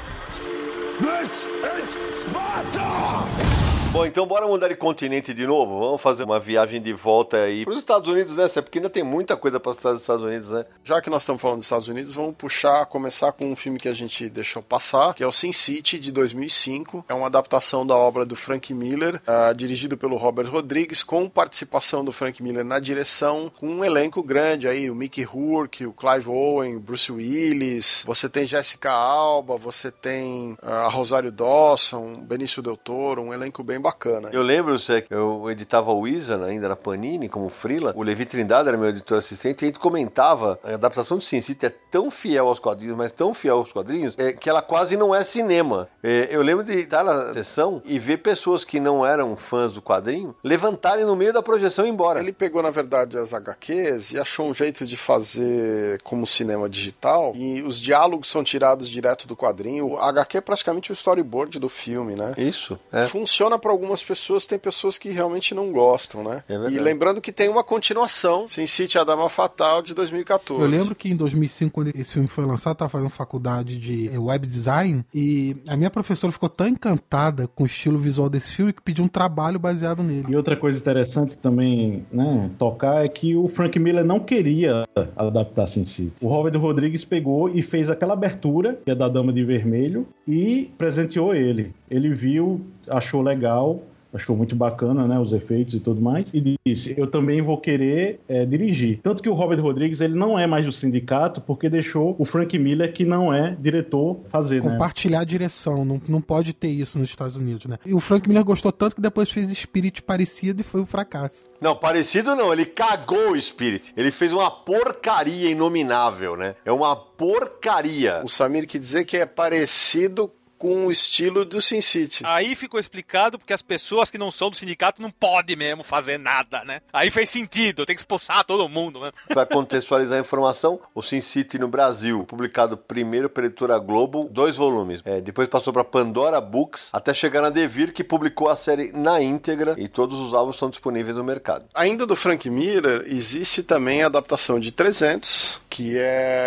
This is Sparta! Bom, então bora mudar de continente de novo. Vamos fazer uma viagem de volta aí para os Estados Unidos, né? Porque ainda tem muita coisa para os Estados Unidos, né? Já que nós estamos falando dos Estados Unidos, vamos puxar, começar com um filme que a gente deixou passar, que é o Sin City, de dois mil e cinco. É uma adaptação da obra do Frank Miller, uh, dirigido pelo Robert Rodrigues, com participação do Frank Miller na direção, com um elenco grande aí, o Mickey Rourke, o Clive Owen, o Bruce Willis, você tem Jessica Alba, você tem uh, a Rosário Dawson, Benício Del Toro, um elenco bem bacana. Eu lembro, Zé, que eu editava o Wizard ainda na Panini, como freela. O Levi Trindade era meu editor assistente e a gente comentava, a adaptação de Sin City é tão fiel aos quadrinhos, mas tão fiel aos quadrinhos, é, que ela quase não é cinema. É, eu lembro de estar na sessão e ver pessoas que não eram fãs do quadrinho levantarem no meio da projeção e ir embora. Ele pegou, na verdade, as H Qs e achou um jeito de fazer como cinema digital, e os diálogos são tirados direto do quadrinho. O H Q é praticamente o storyboard do filme, né? Isso. É. Funciona para algumas pessoas, tem pessoas que realmente não gostam, né? É e lembrando que tem uma continuação, Sin City, a Dama Fatal, de dois mil e quatorze. Eu lembro que em dois mil e cinco, quando esse filme foi lançado, eu estava fazendo faculdade de web design, e a minha professora ficou tão encantada com o estilo visual desse filme que pediu um trabalho baseado nele. E outra coisa interessante também, né, tocar, é que o Frank Miller não queria adaptar Sin City. O Robert Rodrigues pegou e fez aquela abertura, que é da Dama de Vermelho, e presenteou ele. Ele viu, achou legal, achou muito bacana, né, os efeitos e tudo mais, e disse, eu também vou querer é, dirigir. Tanto que o Robert Rodrigues, ele não é mais do sindicato, porque deixou o Frank Miller, que não é diretor, fazer, compartilhar né? a direção, não, não pode ter isso nos Estados Unidos, né? E o Frank Miller gostou tanto que depois fez Spirit parecido e foi um fracasso. Não, parecido não, ele cagou o Spirit. Ele fez uma porcaria inominável, né? É uma porcaria. O Samir quer dizer que é parecido com o estilo do Sin City. Aí ficou explicado porque as pessoas que não são do sindicato não podem mesmo fazer nada, né? Aí fez sentido, tem que expulsar todo mundo, né? Para contextualizar a informação, o Sin City no Brasil, publicado primeiro pela editora Globo, dois volumes. É, depois passou para Pandora Books, até chegar na Devir, que publicou a série na íntegra, e todos os álbuns estão disponíveis no mercado. Ainda do Frank Miller, existe também a adaptação de trezentos, que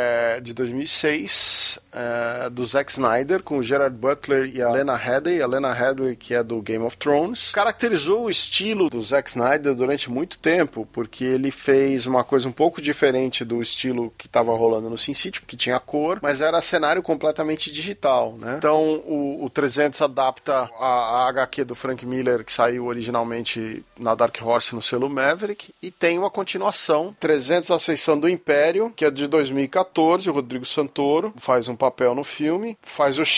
é de dois mil e seis, é, do Zack Snyder, com o Gerard Butler e a Lena Headey. A Lena Headey, que é do Game of Thrones, caracterizou o estilo do Zack Snyder durante muito tempo, porque ele fez uma coisa um pouco diferente do estilo que estava rolando no Sin City, que tinha cor, mas era cenário completamente digital, né? Então o, o trezentos adapta a, a H Q do Frank Miller, que saiu originalmente na Dark Horse no selo Maverick, e tem uma continuação, trezentos Ascensão do Império, que é de dois mil e quatorze. O Rodrigo Santoro faz um papel no filme, faz o Xerxes,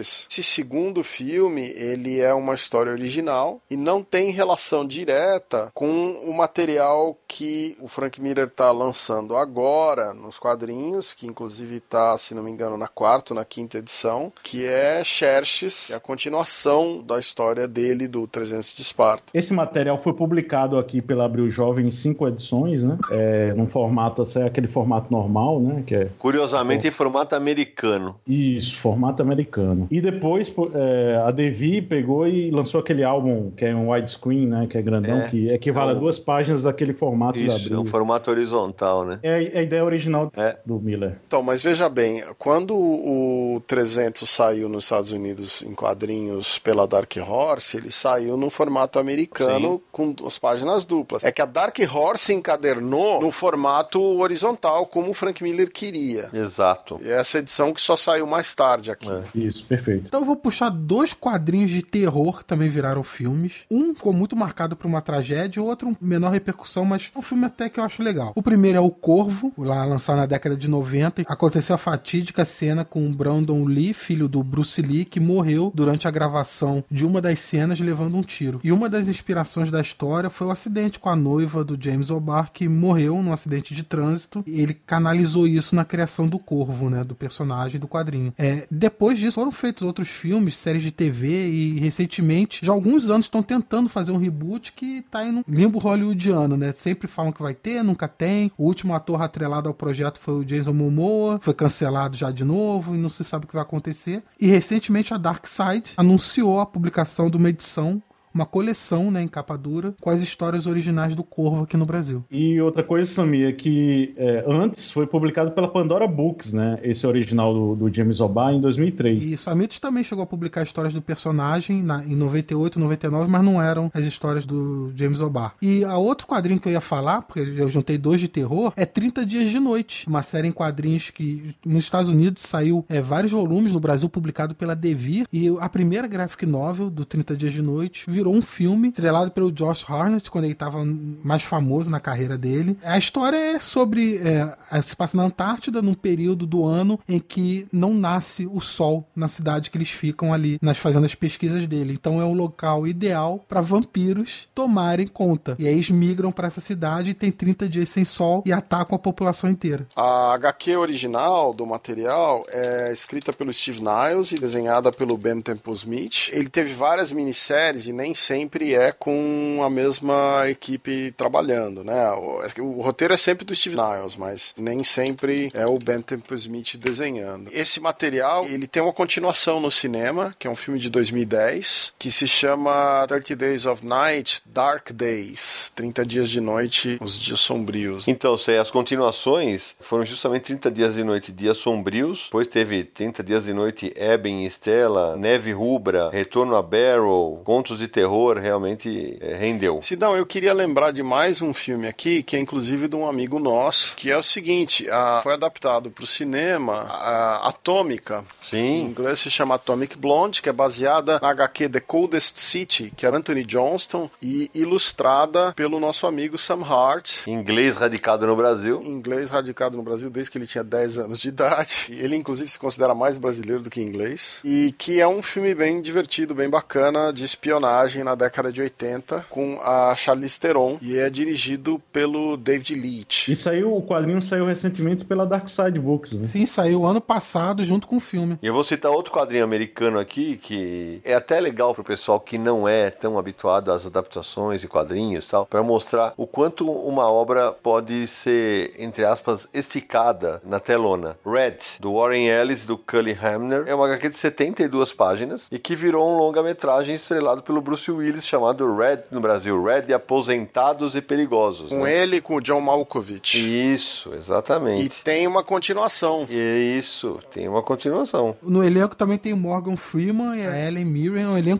Xerxes. Esse segundo filme, ele é uma história original e não tem relação direta com o material que o Frank Miller está lançando agora nos quadrinhos, que inclusive está, se não me engano, na quarta ou na quinta edição, que é Xerxes, é a continuação da história dele, do trezentos de Esparta. Esse material foi publicado aqui pela Abril Jovem em cinco edições, né? É, num formato, assim, aquele formato normal, né? Que é... Curiosamente, em formato americano. Isso, formato americano. E depois é, a Devir pegou e lançou aquele álbum que é um widescreen, né? Que é grandão, é, que equivale é um... a duas páginas daquele formato Isso, da Abril. É um formato horizontal, né? É a ideia original é. do Miller. Então, mas veja bem, quando o trezentos saiu nos Estados Unidos em quadrinhos pela Dark Horse, ele saiu no formato americano. Sim. Com as páginas duplas. É que a Dark Horse encadernou no formato horizontal, como o Frank Miller queria. Exato. E essa edição que só saiu mais tarde aqui. É. Isso, perfeito. Então eu vou puxar dois quadrinhos de terror que também viraram filmes. Um ficou muito marcado por uma tragédia, o outro menor repercussão, mas é um filme até que eu acho legal. O primeiro é O Corvo, lá lançado na década de noventa. Aconteceu a fatídica cena com o Brandon Lee, filho do Bruce Lee, que morreu durante a gravação de uma das cenas levando um tiro. E uma das inspirações da história foi o acidente com a noiva do James O'Barr, que morreu num acidente de trânsito, e ele canalizou isso na criação do Corvo, né, do personagem do quadrinho. É, depois disso foram feitos outros filmes, séries de T V, e recentemente, já há alguns anos, estão tentando fazer um reboot que tá em um limbo hollywoodiano, né? Sempre falam que vai ter, nunca tem. O último ator atrelado ao projeto foi o Jason Momoa, foi cancelado já de novo e não se sabe o que vai acontecer. E recentemente a Dark Side anunciou a publicação de uma edição, uma coleção, né, em capa dura, com as histórias originais do Corvo aqui no Brasil. E outra coisa, Samir, é que é, antes foi publicado pela Pandora Books, né, esse original do, do James O'Barr em dois mil e três. E Samit também chegou a publicar histórias do personagem na, em noventa e oito, noventa e nove, mas não eram as histórias do James O'Barr. E a outro quadrinho que eu ia falar, porque eu juntei dois de terror, é trinta dias de Noite, uma série em quadrinhos que nos Estados Unidos saiu é, vários volumes, no Brasil publicado pela Devir, e a primeira graphic novel do trinta dias de Noite virou um filme estrelado pelo Josh Hartnett, quando ele estava mais famoso na carreira dele. A história é sobre é, se passa na Antártida, num período do ano em que não nasce o sol na cidade que eles ficam ali, nas fazendo as pesquisas dele. Então é um local ideal para vampiros tomarem conta. E aí eles migram para essa cidade e tem trinta dias sem sol e atacam a população inteira. A agá quê original do material é escrita pelo Steve Niles e desenhada pelo Ben Temple Smith. Ele teve várias minisséries e nem sempre é com a mesma equipe trabalhando, né? O, o roteiro é sempre do Steve Niles, mas nem sempre é o Ben Temple Smith desenhando. Esse material, ele tem uma continuação no cinema, que é um filme de dois mil e dez, que se chama thirty days of Night, Dark Days. trinta dias de noite, os dias sombrios. Então, sei, as continuações foram justamente trinta dias de noite, dias sombrios, depois teve trinta dias de noite, Eben e Stella, Neve Rubra, Retorno a Barrow, Contos de Terror, realmente é, rendeu. Sidão, eu queria lembrar de mais um filme aqui, que é inclusive de um amigo nosso, que é o seguinte, a, foi adaptado para o cinema, a Atômica. Sim. Em inglês se chama Atomic Blonde, que é baseada na agá quê The Coldest City, que é Anthony Johnston, e ilustrada pelo nosso amigo Sam Hart. Inglês radicado no Brasil. Inglês radicado no Brasil desde que ele tinha dez anos de idade. Ele, inclusive, se considera mais brasileiro do que inglês. E que é um filme bem divertido, bem bacana, de espionagem na década de oitenta, com a Charlize Theron, e é dirigido pelo David Leitch. E saiu, o quadrinho saiu recentemente pela Dark Side Books, né? Sim, saiu ano passado junto com o filme. E eu vou citar outro quadrinho americano aqui, que é até legal pro pessoal que não é tão habituado às adaptações e quadrinhos e tal, para mostrar o quanto uma obra pode ser, entre aspas, esticada na telona. Red, do Warren Ellis e do Cully Hamner, é uma agá quê de setenta e duas páginas e que virou um longa-metragem estrelado pelo Bruce Willis, chamado Red no Brasil, Red e Aposentados e Perigosos. Com né? ele e com o John Malkovich. Isso, exatamente. E tem uma continuação. Isso, tem uma continuação. No elenco também tem o Morgan Freeman e a Ellen Mirren, é um elenco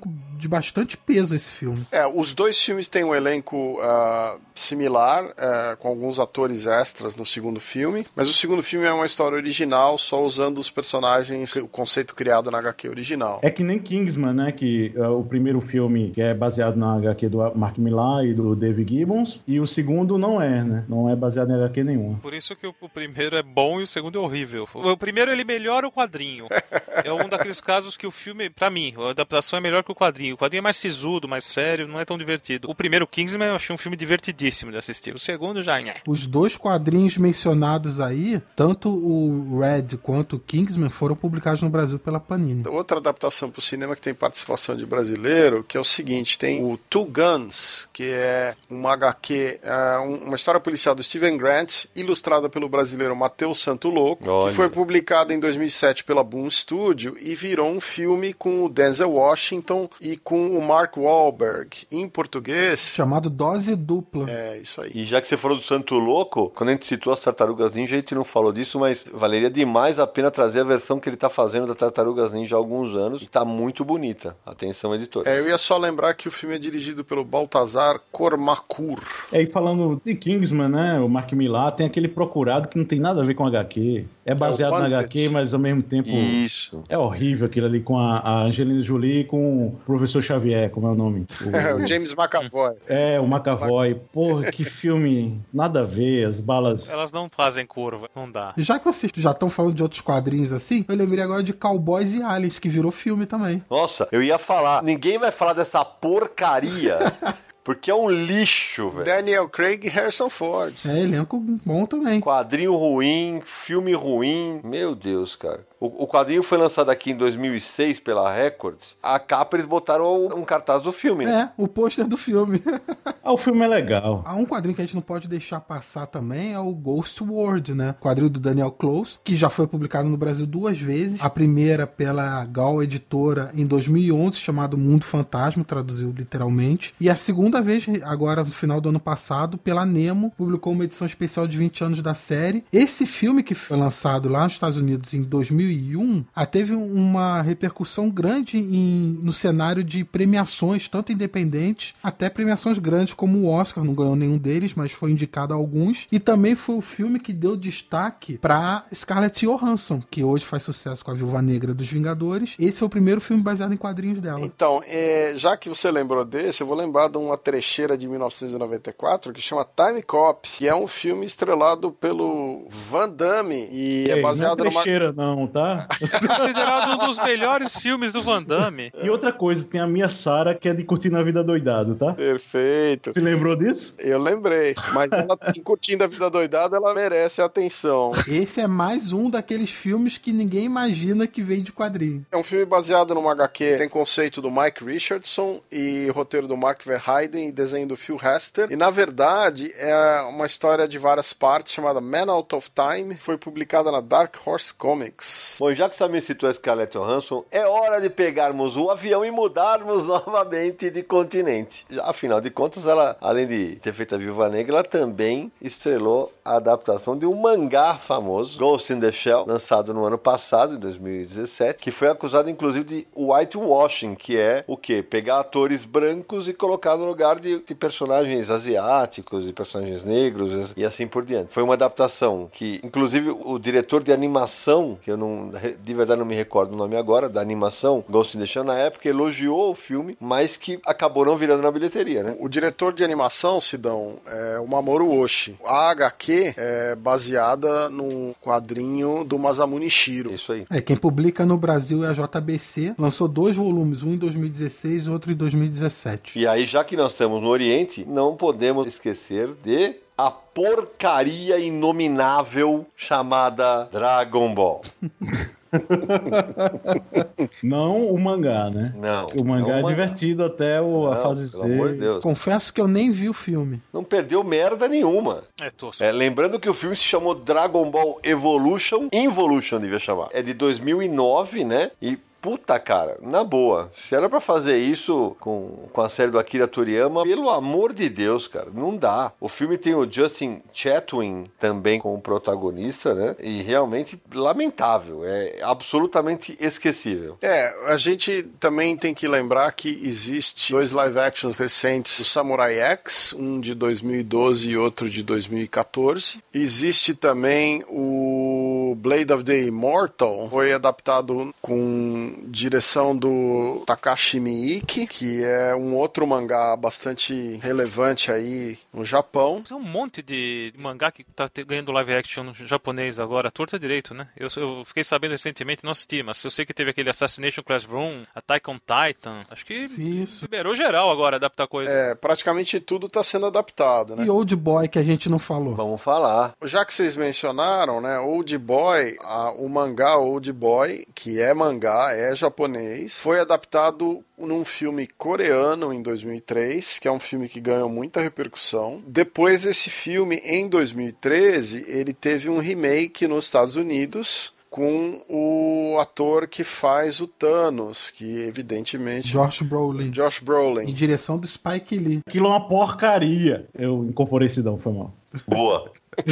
de bastante peso esse filme. É, os dois filmes têm um elenco uh, similar, uh, com alguns atores extras no segundo filme, mas o segundo filme é uma história original, só usando os personagens, o conceito criado na H Q original. É que nem Kingsman, né, que uh, o primeiro filme que é baseado na H Q do Mark Millar e do Dave Gibbons, e o segundo não é, né, não é baseado em H Q nenhuma. Por isso que o, o primeiro é bom e o segundo é horrível. O, o primeiro ele melhora o quadrinho. É um daqueles casos que o filme, pra mim, a adaptação é melhor que o quadrinho. O quadrinho é mais sisudo, mais sério, não é tão divertido. O primeiro, Kingsman, eu achei um filme divertidíssimo de assistir. O segundo já... Os dois quadrinhos mencionados aí, tanto o Red quanto o Kingsman, foram publicados no Brasil pela Panini. Outra adaptação pro cinema que tem participação de brasileiro, que é o seguinte, tem o Two Guns, que é uma H Q, é uma história policial do Steven Grant, ilustrada pelo brasileiro Matheus Santo Louco, Olha. que foi publicada em dois mil e sete pela Boom Studio e virou um filme com o Denzel Washington e com o Mark Wahlberg, em português... chamado Dose Dupla. É, isso aí. E já que você falou do Santo Louco, quando a gente citou as Tartarugas Ninja, a gente não falou disso, mas valeria demais a pena trazer a versão que ele tá fazendo da Tartarugas Ninja há alguns anos, e tá muito bonita. Atenção, editor. É, eu ia só lembrar que o filme é dirigido pelo Baltazar Kormakur. É, e falando de Kingsman, né, o Mark Millar, tem aquele Procurado que não tem nada a ver com H Q. É baseado é na H Q, mas ao mesmo tempo... Isso. É horrível aquilo ali com a, a Angelina Jolie e com o Professor Xavier, como é o nome? O, é, o James McAvoy. É, o McAvoy. Porra, que filme nada a ver, as balas... Elas não fazem curva, não dá. Já que vocês já estão falando de outros quadrinhos assim, eu lembrei agora de Cowboys e Aliens, que virou filme também. Nossa, eu ia falar, ninguém vai falar dessa porcaria... Porque é um lixo, velho. Daniel Craig e Harrison Ford. É, elenco bom também. Quadrinho ruim, filme ruim. Meu Deus, cara. O, o quadrinho foi lançado aqui em dois mil e seis pela Record. A capa eles botaram um cartaz do filme. É, o pôster do filme. Ah, o filme é legal. Há um quadrinho que a gente não pode deixar passar também, é o Ghost World, né? Quadrinho do Daniel Close, que já foi publicado no Brasil duas vezes. A primeira pela Gal Editora em dois mil e onze, chamado Mundo Fantasma, traduziu literalmente. E a segunda vez, agora no final do ano passado, pela Nemo, publicou uma edição especial de vinte anos da série. Esse filme, que foi lançado lá nos Estados Unidos em dois mil e um, teve uma repercussão grande em, no cenário de premiações, tanto independentes, até premiações grandes como o Oscar, não ganhou nenhum deles, mas foi indicado a alguns. E também foi o filme que deu destaque para Scarlett Johansson, que hoje faz sucesso com a Viúva Negra dos Vingadores. Esse foi o primeiro filme baseado em quadrinhos dela. Então, é, já que você lembrou desse, eu vou lembrar de uma trecheira de mil novecentos e noventa e quatro que chama Time Cop, que é um filme estrelado pelo Van Damme e Ei, é baseado não é trecheira numa... não, tá? Considerado um dos melhores filmes do Van Damme. E outra coisa, tem a Mia Sara, que é de Curtindo a Vida Doidado, tá? Perfeito. Você lembrou disso? Eu lembrei. Mas ela, Curtindo a Vida Doidada, ela merece atenção. Esse é mais um daqueles filmes que ninguém imagina que veio de quadrinho. É um filme baseado numa H Q, tem conceito do Mike Richardson e roteiro do Mark Verheiden e desenho do Phil Hester. E, na verdade, é uma história de várias partes chamada Man Out of Time. Foi publicada na Dark Horse Comics. Bom, já que Samir citou a Scarlett Johansson, é hora de pegarmos o avião e mudarmos novamente de continente. Afinal de contas, ela, além de ter feito a Viúva Negra, ela também estrelou a adaptação de um mangá famoso, Ghost in the Shell, lançado no ano passado, em dois mil e dezessete, que foi acusado, inclusive, de whitewashing, que é o quê? Pegar atores brancos e colocar no lugar de, de personagens asiáticos e personagens negros e assim por diante. Foi uma adaptação que, inclusive, o diretor de animação, que eu não, de verdade não me recordo o nome agora, da animação Ghost in the Shell, na época elogiou o filme, mas que acabou não virando na bilheteria, né? O diretor de animação, Sidão, é o Mamoru Oshii. A H Q é baseada num quadrinho do Masamune Shirow. Isso aí. É, quem publica no Brasil é a J B C, lançou dois volumes, um em dois mil e dezesseis e outro em dois mil e dezessete. E aí, já que nós estamos no Oriente, não podemos esquecer de a porcaria inominável chamada Dragon Ball. Não o mangá, né? Não. O mangá não é o divertido até o, não, a fase pelo C. amor de Deus. Confesso que eu nem vi o filme. Não perdeu merda nenhuma. É tosco. É, lembrando que o filme se chamou Dragon Ball Evolution, Involution devia chamar. É de dois mil e nove, né? E puta, cara, na boa, se era pra fazer isso com, com a série do Akira Toriyama, pelo amor de Deus, cara, não dá. O filme tem o Justin Chatwin também como protagonista, né? E realmente lamentável, é absolutamente esquecível. É, a gente também tem que lembrar que existe dois live actions recentes do Samurai X, um de dois mil e doze e outro de dois mil e quatorze. Existe também o Blade of the Immortal, foi adaptado com direção do Takashi Miike, que é um outro mangá bastante relevante aí no Japão. Tem um monte de mangá que tá ganhando live action no japonês agora, torta direito, né? Eu, eu fiquei sabendo recentemente, não assisti, mas eu sei que teve aquele Assassination Classroom, Attack on Titan, acho que Isso. liberou geral agora adaptar coisa. É, praticamente tudo tá sendo adaptado, né? E Old Boy, que a gente não falou. Vamos falar. Já que vocês mencionaram, né, Old Boy, a, o mangá Old Boy, que é mangá, é japonês, foi adaptado num filme coreano em dois mil e três, que é um filme que ganhou muita repercussão. Depois desse filme, em dois mil e treze, ele teve um remake nos Estados Unidos com o ator que faz o Thanos, que evidentemente... Josh Brolin. Josh Brolin. Em direção do Spike Lee. Aquilo é uma porcaria. Eu incorporei esse não, foi mal. Boa.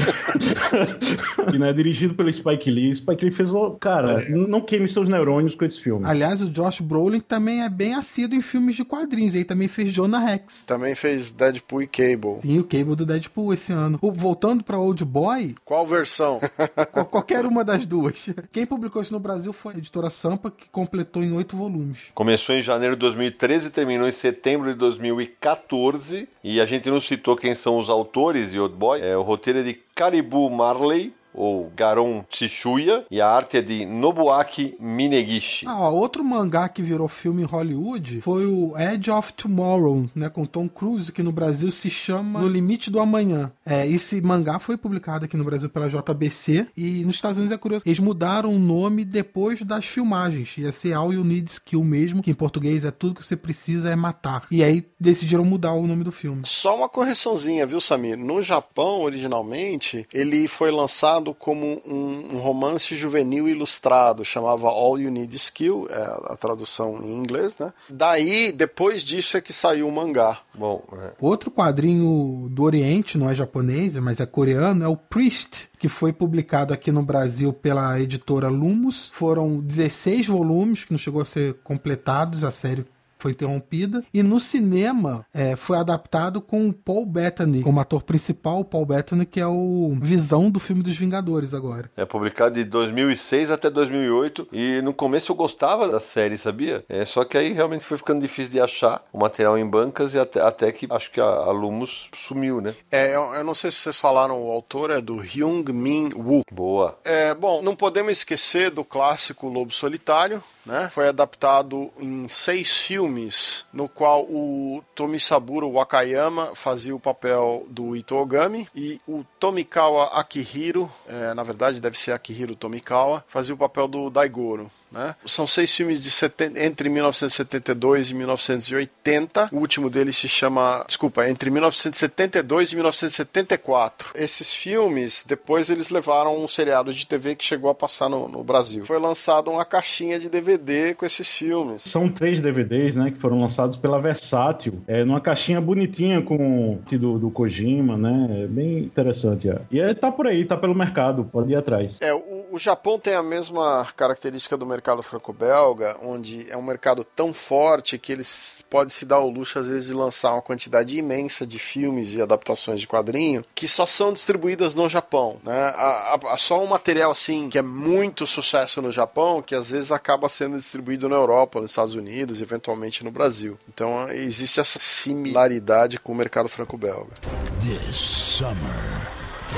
E não é dirigido pelo Spike Lee. Spike Lee fez, cara, não queime seus neurônios com esse filme. Aliás, o Josh Brolin também é bem assíduo em filmes de quadrinhos. Ele também fez Jonah Rex. Também fez Deadpool e Cable. Sim, o Cable do Deadpool esse ano. O, voltando pra Old Boy... Qual versão? qual, qualquer uma das duas. Quem publicou isso no Brasil foi a editora Sampa, que completou em oito volumes. Começou em janeiro de dois mil e treze e terminou em setembro de dois mil e quatorze. E a gente não citou quem são os autores de Old Boy. É, o roteiro é de Karibu Marley, ou Garon Tsuchuya, e a arte é de Nobuaki Minegishi. Ah, ó, outro mangá que virou filme em Hollywood foi o Edge of Tomorrow, né, com Tom Cruise, que no Brasil se chama No Limite do Amanhã. É, esse mangá foi publicado aqui no Brasil pela J B C, e nos Estados Unidos é curioso, eles mudaram o nome depois das filmagens. Ia ser All You Need Skill mesmo, que em português é Tudo que você precisa é matar. E aí decidiram mudar o nome do filme. Só uma correçãozinha, viu, Samir? No Japão, originalmente, ele foi lançado como um, um romance juvenil ilustrado, chamava All You Need Skill, é a tradução em inglês, né? Daí, depois disso é que saiu o mangá. Bom, é. Outro quadrinho do Oriente, não é japonês, mas é coreano, é o Priest, que foi publicado aqui no Brasil pela editora Lumos. Foram dezesseis volumes, que não chegou a ser completados, a série foi interrompida, e no cinema é, foi adaptado com o Paul Bettany como ator principal. O Paul Bettany, que é o Visão do filme dos Vingadores agora. É publicado de dois mil e seis até dois mil e oito, e no começo eu gostava da série, sabia? É, só que aí realmente foi ficando difícil de achar o material em bancas, e até, até que acho que a, a Lumos sumiu, né? É, eu, eu não sei se vocês falaram, o autor é do Hyung Min Woo. Boa. É, bom, não podemos esquecer do clássico Lobo Solitário, né? Foi adaptado em seis filmes, no qual o Tomisaburo Wakayama fazia o papel do Itogami e o Tomikawa Akihiro, é, na verdade deve ser Akihiro Tomikawa, fazia o papel do Daigoro. Né? São seis filmes de setenta, entre mil novecentos e setenta e dois e mil novecentos e oitenta. O último deles se chama... Desculpa, entre mil novecentos e setenta e dois e mil novecentos e setenta e quatro. Esses filmes, depois eles levaram um seriado de T V que chegou a passar no, no Brasil. Foi lançado uma caixinha de D V D com esses filmes. São três D V Ds, né, que foram lançados pela Versátil. É numa caixinha bonitinha com o do, do Kojima, né? É bem interessante. É. E é, tá por aí, tá pelo mercado, pode ir atrás. É, o, o Japão tem a mesma característica do mercado mercado franco-belga, onde é um mercado tão forte que eles podem se dar o luxo, às vezes, de lançar uma quantidade imensa de filmes e adaptações de quadrinho que só são distribuídas no Japão, né? A, a, a só um material, assim, que é muito sucesso no Japão, que às vezes acaba sendo distribuído na Europa, nos Estados Unidos e eventualmente no Brasil. Então, existe essa similaridade com o mercado franco-belga. This summer...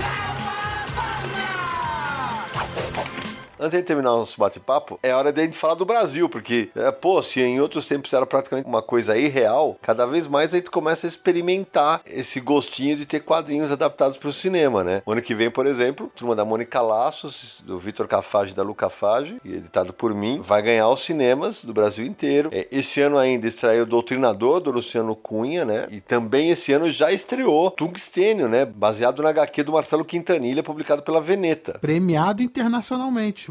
Antes de terminar o nosso bate-papo, é hora de a gente falar do Brasil, porque, é, pô, se em outros tempos era praticamente uma coisa irreal, cada vez mais a gente começa a experimentar esse gostinho de ter quadrinhos adaptados para o cinema, né? O ano que vem, por exemplo, Turma da Mônica Laços, do Vitor Cafage e da Lu Cafage, e editado por mim, vai ganhar os cinemas do Brasil inteiro. É, esse ano ainda estreou o Doutrinador, do Luciano Cunha, né? E também esse ano já estreou Tungstênio, né? Baseado na agá quê do Marcelo Quintanilha, publicado pela Veneta. Premiado internacionalmente.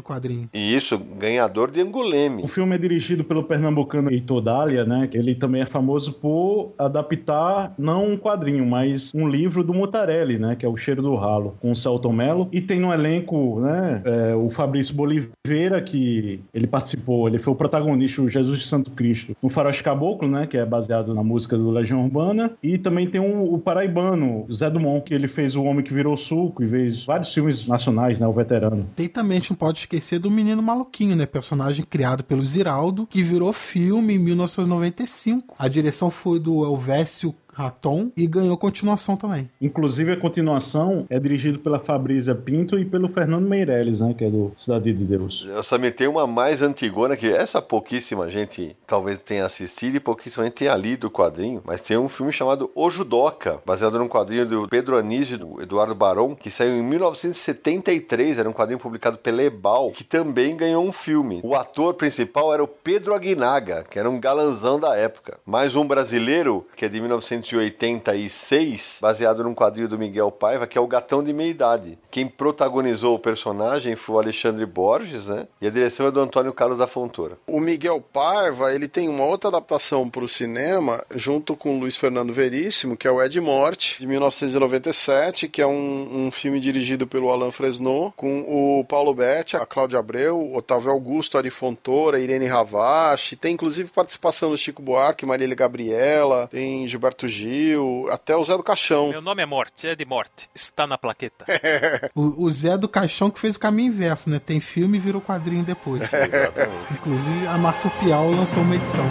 quadrinho. E isso, ganhador de Anguleme. O filme é dirigido pelo pernambucano Heitor Dália, né? Ele também é famoso por adaptar não um quadrinho, mas um livro do Mutarelli, né? Que é O Cheiro do Ralo, com o Celton Mello. E tem no elenco, né? É, o Fabrício Boliveira, que ele participou, ele foi o protagonista, o Jesus de Santo Cristo, no Faroeste Caboclo, né? Que é baseado na música do Legião Urbana. E também tem um, o paraibano, Zé Dumont, que ele fez O Homem que Virou Suco e fez vários filmes nacionais, né? O Veterano. Tem também, a gente não pode esquecer do Menino Maluquinho, né? Personagem criado pelo Ziraldo, que virou filme em mil novecentos e noventa e cinco. A direção foi do Elvésio Raton e ganhou continuação também. Inclusive a continuação é dirigido pela Fabrícia Pinto e pelo Fernando Meirelles, né, que é do Cidade de Deus. Eu só me tem uma mais antigona que essa pouquíssima gente talvez tenha assistido e pouquíssima gente tenha lido o quadrinho, mas tem um filme chamado O Judoca, baseado num quadrinho do Pedro Anísio e do Eduardo Barão, que saiu em mil novecentos e setenta e três, era um quadrinho publicado pela Ebal, que também ganhou um filme. O ator principal era o Pedro Aguinaga, que era um galanzão da época. Mais um brasileiro, que é de mil novecentos e oitenta e seis, baseado num quadrinho do Miguel Paiva, que é o Gatão de Meia Idade. Quem protagonizou o personagem foi o Alexandre Borges, né? E a direção é do Antônio Carlos da Fontoura. O Miguel Paiva, ele tem uma outra adaptação para o cinema, junto com o Luiz Fernando Veríssimo, que é o Ed Morte, de mil novecentos e noventa e sete, que é um, um filme dirigido pelo Alain Fresnot, com o Paulo Betti, a Cláudia Abreu, o Otávio Augusto, Ari Fontoura, Irene Ravache, tem inclusive participação do Chico Buarque, Marília Gabriela, tem Gilberto Gil, até o Zé do Caixão. Meu nome é Morte, é de Morte, está na plaqueta. o, o Zé do Caixão que fez o caminho inverso, né? Tem filme e virou quadrinho depois. Exatamente. Inclusive a Marsupial lançou uma edição.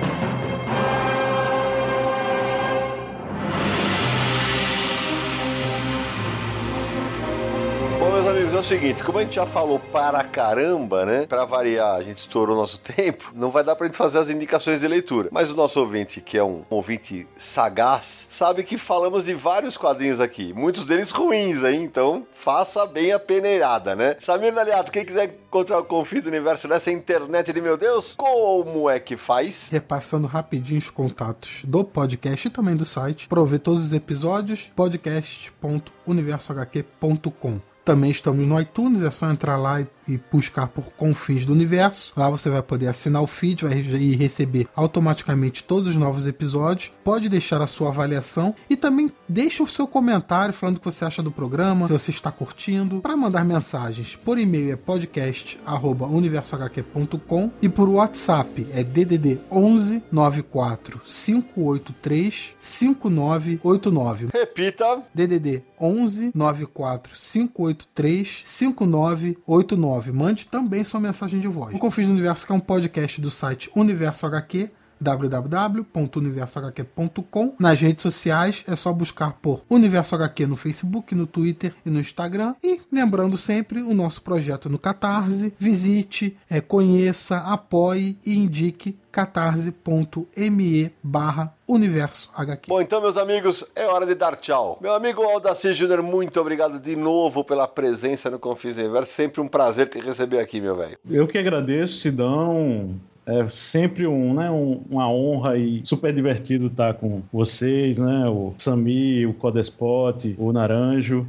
Meus amigos, é o seguinte, como a gente já falou para caramba, né? Para variar, a gente estourou nosso tempo, não vai dar pra gente fazer as indicações de leitura. Mas o nosso ouvinte, que é um ouvinte sagaz, sabe que falamos de vários quadrinhos aqui, muitos deles ruins aí, então faça bem a peneirada, né? Samir Naliato, quem quiser encontrar o Confins do Universo nessa internet de meu Deus, como é que faz? Repassando rapidinho os contatos do podcast e também do site, para ouvir todos os episódios, podcast ponto universo h q ponto com. Também estamos no iTunes, é só entrar lá e, e buscar por Confins do Universo. Lá você vai poder assinar o feed vai, e receber automaticamente todos os novos episódios. Pode deixar a sua avaliação e também deixa o seu comentário falando o que você acha do programa, se você está curtindo. Para mandar mensagens por e-mail é podcast arroba universo h q ponto com e por WhatsApp é D D D onze nove quatro cinco oito três cinco nove oito nove. Repita. D D D onze nove quatro cinco oito três cinco nove oito nove. Mande também sua mensagem de voz. O Confins do Universo, que é um podcast do site Universo H Q, w w w ponto universo h q ponto com. Nas redes sociais é só buscar por Universo H Q no Facebook, no Twitter e no Instagram. E lembrando sempre o nosso projeto no Catarse. Visite, é, conheça, apoie e indique catarse ponto me barra Universo H Q. Bom, então, meus amigos, é hora de dar tchau. Meu amigo Aldacir Júnior, muito obrigado de novo pela presença no Confins do Universo. Sempre um prazer te receber aqui, meu velho. Eu que agradeço, Sidão. É sempre um, né, um, uma honra e super divertido estar com vocês, né? O Sami, o Codespot, o Naranjo.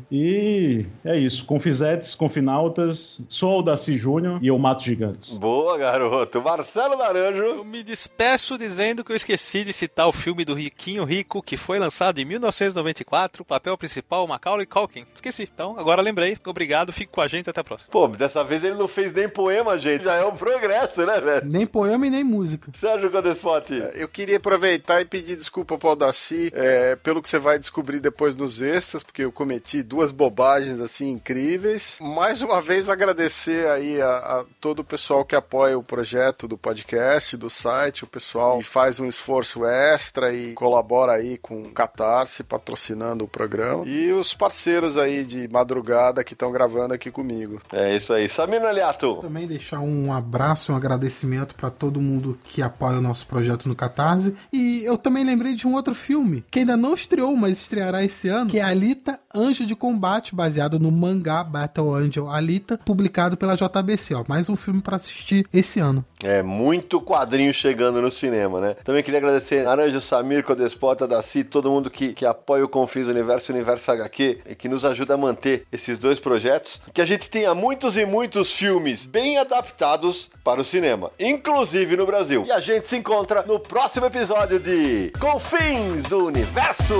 E é isso. Confisetes, Confinautas. Sou o Aldacir Júnior e eu mato gigantes. Boa, garoto. Marcelo Naranjo. Eu me despeço dizendo que eu esqueci de citar o filme do Riquinho Rico, que foi lançado em mil novecentos e noventa e quatro. Papel principal, Macaulay Culkin. Esqueci. Então, agora lembrei. Obrigado. Fique com a gente. Até a próxima. Pô, dessa vez ele não fez nem poema, gente. Já é um progresso, né, velho? Nem poema e nem música. Sérgio Codespot. Eu queria aproveitar e pedir desculpa pro Aldacir é, pelo que você vai descobrir depois nos extras, porque eu cometi duas bobagens assim incríveis. Mais uma vez agradecer aí a, a todo o pessoal que apoia o projeto do podcast, do site, o pessoal que faz um esforço extra e colabora aí com o Catarse, patrocinando o programa. E os parceiros aí de madrugada que estão gravando aqui comigo. É isso aí. Samir Naliato. Também deixar um abraço, um agradecimento para todo mundo que apoia o nosso projeto no Catarse. E eu também lembrei de um outro filme, que ainda não estreou, mas estreará esse ano, que é Alita, Anjo de Combate, baseado no mangá Battle Angel Alita, publicado pela J B C, ó. Mais um filme pra assistir esse ano. É, muito quadrinho chegando no cinema, né? Também queria agradecer Naranjo, Samir, Codespota, Daci, todo mundo que, que apoia o Confins Universo e Universo agá quê e que nos ajuda a manter esses dois projetos. Que a gente tenha muitos e muitos filmes bem adaptados para o cinema, inclusive no Brasil. E a gente se encontra no próximo episódio de Confins do Universo!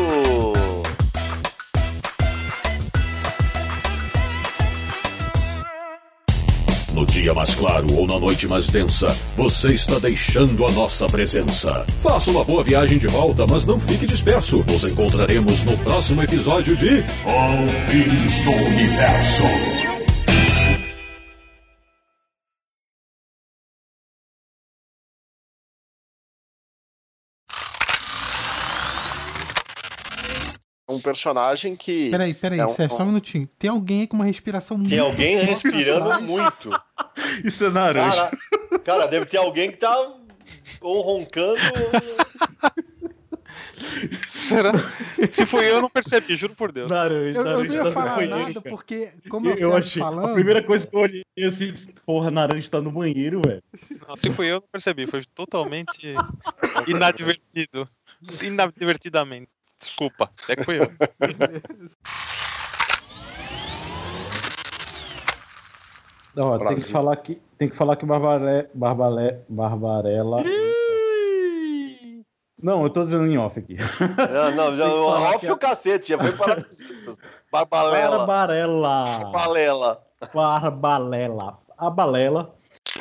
No dia mais claro ou na noite mais densa, você está deixando a nossa presença. Faça uma boa viagem de volta, mas não fique disperso. Nos encontraremos no próximo episódio de Confins do Universo. Um personagem que... Peraí, peraí, é um... Sérgio, só um minutinho. Tem alguém aí com uma respiração muito... Tem alguém respirando muito. Isso é naranja. Cara, cara, deve ter alguém que tá ou roncando... Será? Se foi eu, eu não percebi, juro por Deus. Naranja, Eu, naranja eu não ia tá falar banheiro, nada, cara. porque, como eu, Eu eu achei. falando... A primeira coisa que eu olhei assim, porra, naranja tá no banheiro, velho. Não, se foi eu, eu não percebi. Foi totalmente inadvertido. Inadvertidamente. Desculpa, é que foi eu. Ó, tem que falar que tem que falar que Barbaré, Barbalé, Barbarella. Não, eu tô dizendo em off aqui. Não, não, já, off o cacete, já foi para Barbalela. Barbarella. Barbalela. Barbalela. A balela.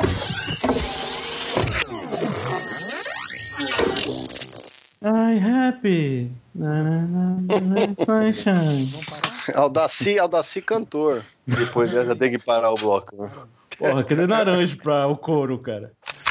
I'm happy. Na, na, na, na, sunshine. Aldaci, Aldaci cantor. Depois já tem que parar o bloco. Né? Porra, cadê naranja pra o couro, cara?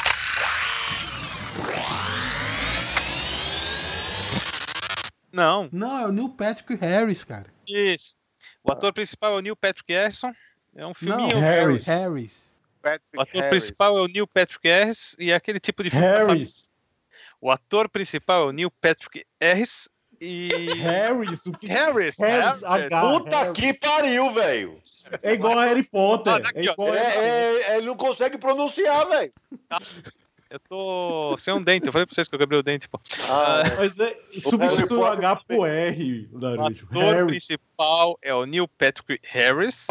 Não. Não, é o Neil Patrick Harris, cara. Isso. O ator principal é o Neil Patrick Harris. É um filminho. Não, Harris. Harris. Patrick O ator Harris. principal é o Neil Patrick Harris e é aquele tipo de filme. da família. Harris. O ator principal é o Neil Patrick Harris e. Harris. O que... Harris! Harris. Harris. H. Puta Harris. que pariu, velho! É igual a Harry Potter. Ah, daqui, é ó. igual a É, Harry Potter. é, ele não consegue pronunciar, velho. Eu tô sem um dente. Eu falei pra vocês que eu quebrei o dente, pô. Ah, Mas é, substitui o H por R, O Naranjo. ator Harris. principal é o Neil Patrick Harris.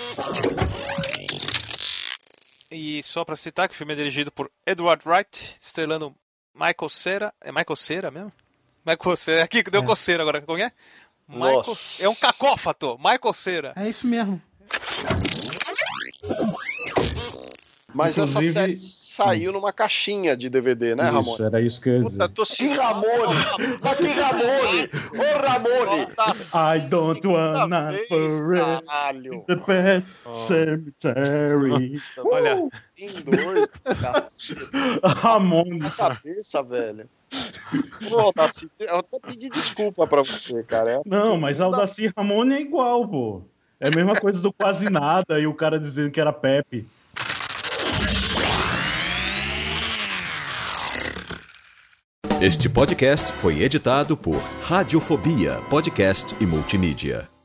E só pra citar que o filme é dirigido por Edward Wright, estrelando Michael Cera. É Michael Cera mesmo? Michael Cera. Aqui que deu É. coceira agora. Como é? Michael... Nossa. É um cacófato. Michael Cera. É isso mesmo. Mas Inclusive- essa série saiu numa caixinha de D V D, né, Ramon? Isso, era isso que eu ia Puta, dizer. tô que se Ramone! Mas que Ramone! Ô Ramone! I don't wanna forever Caralho! the pet cemetery. Olha. Tem dor, cacete, na Ramones. cabeça, velho. Pô, Tassi, eu até pedi desculpa pra você, cara. É- Não, mas Aldaci Ramone é igual, pô. É a mesma coisa do quase nada e o cara dizendo que era Pepe. Este podcast foi editado por Radiofobia, podcast e multimídia.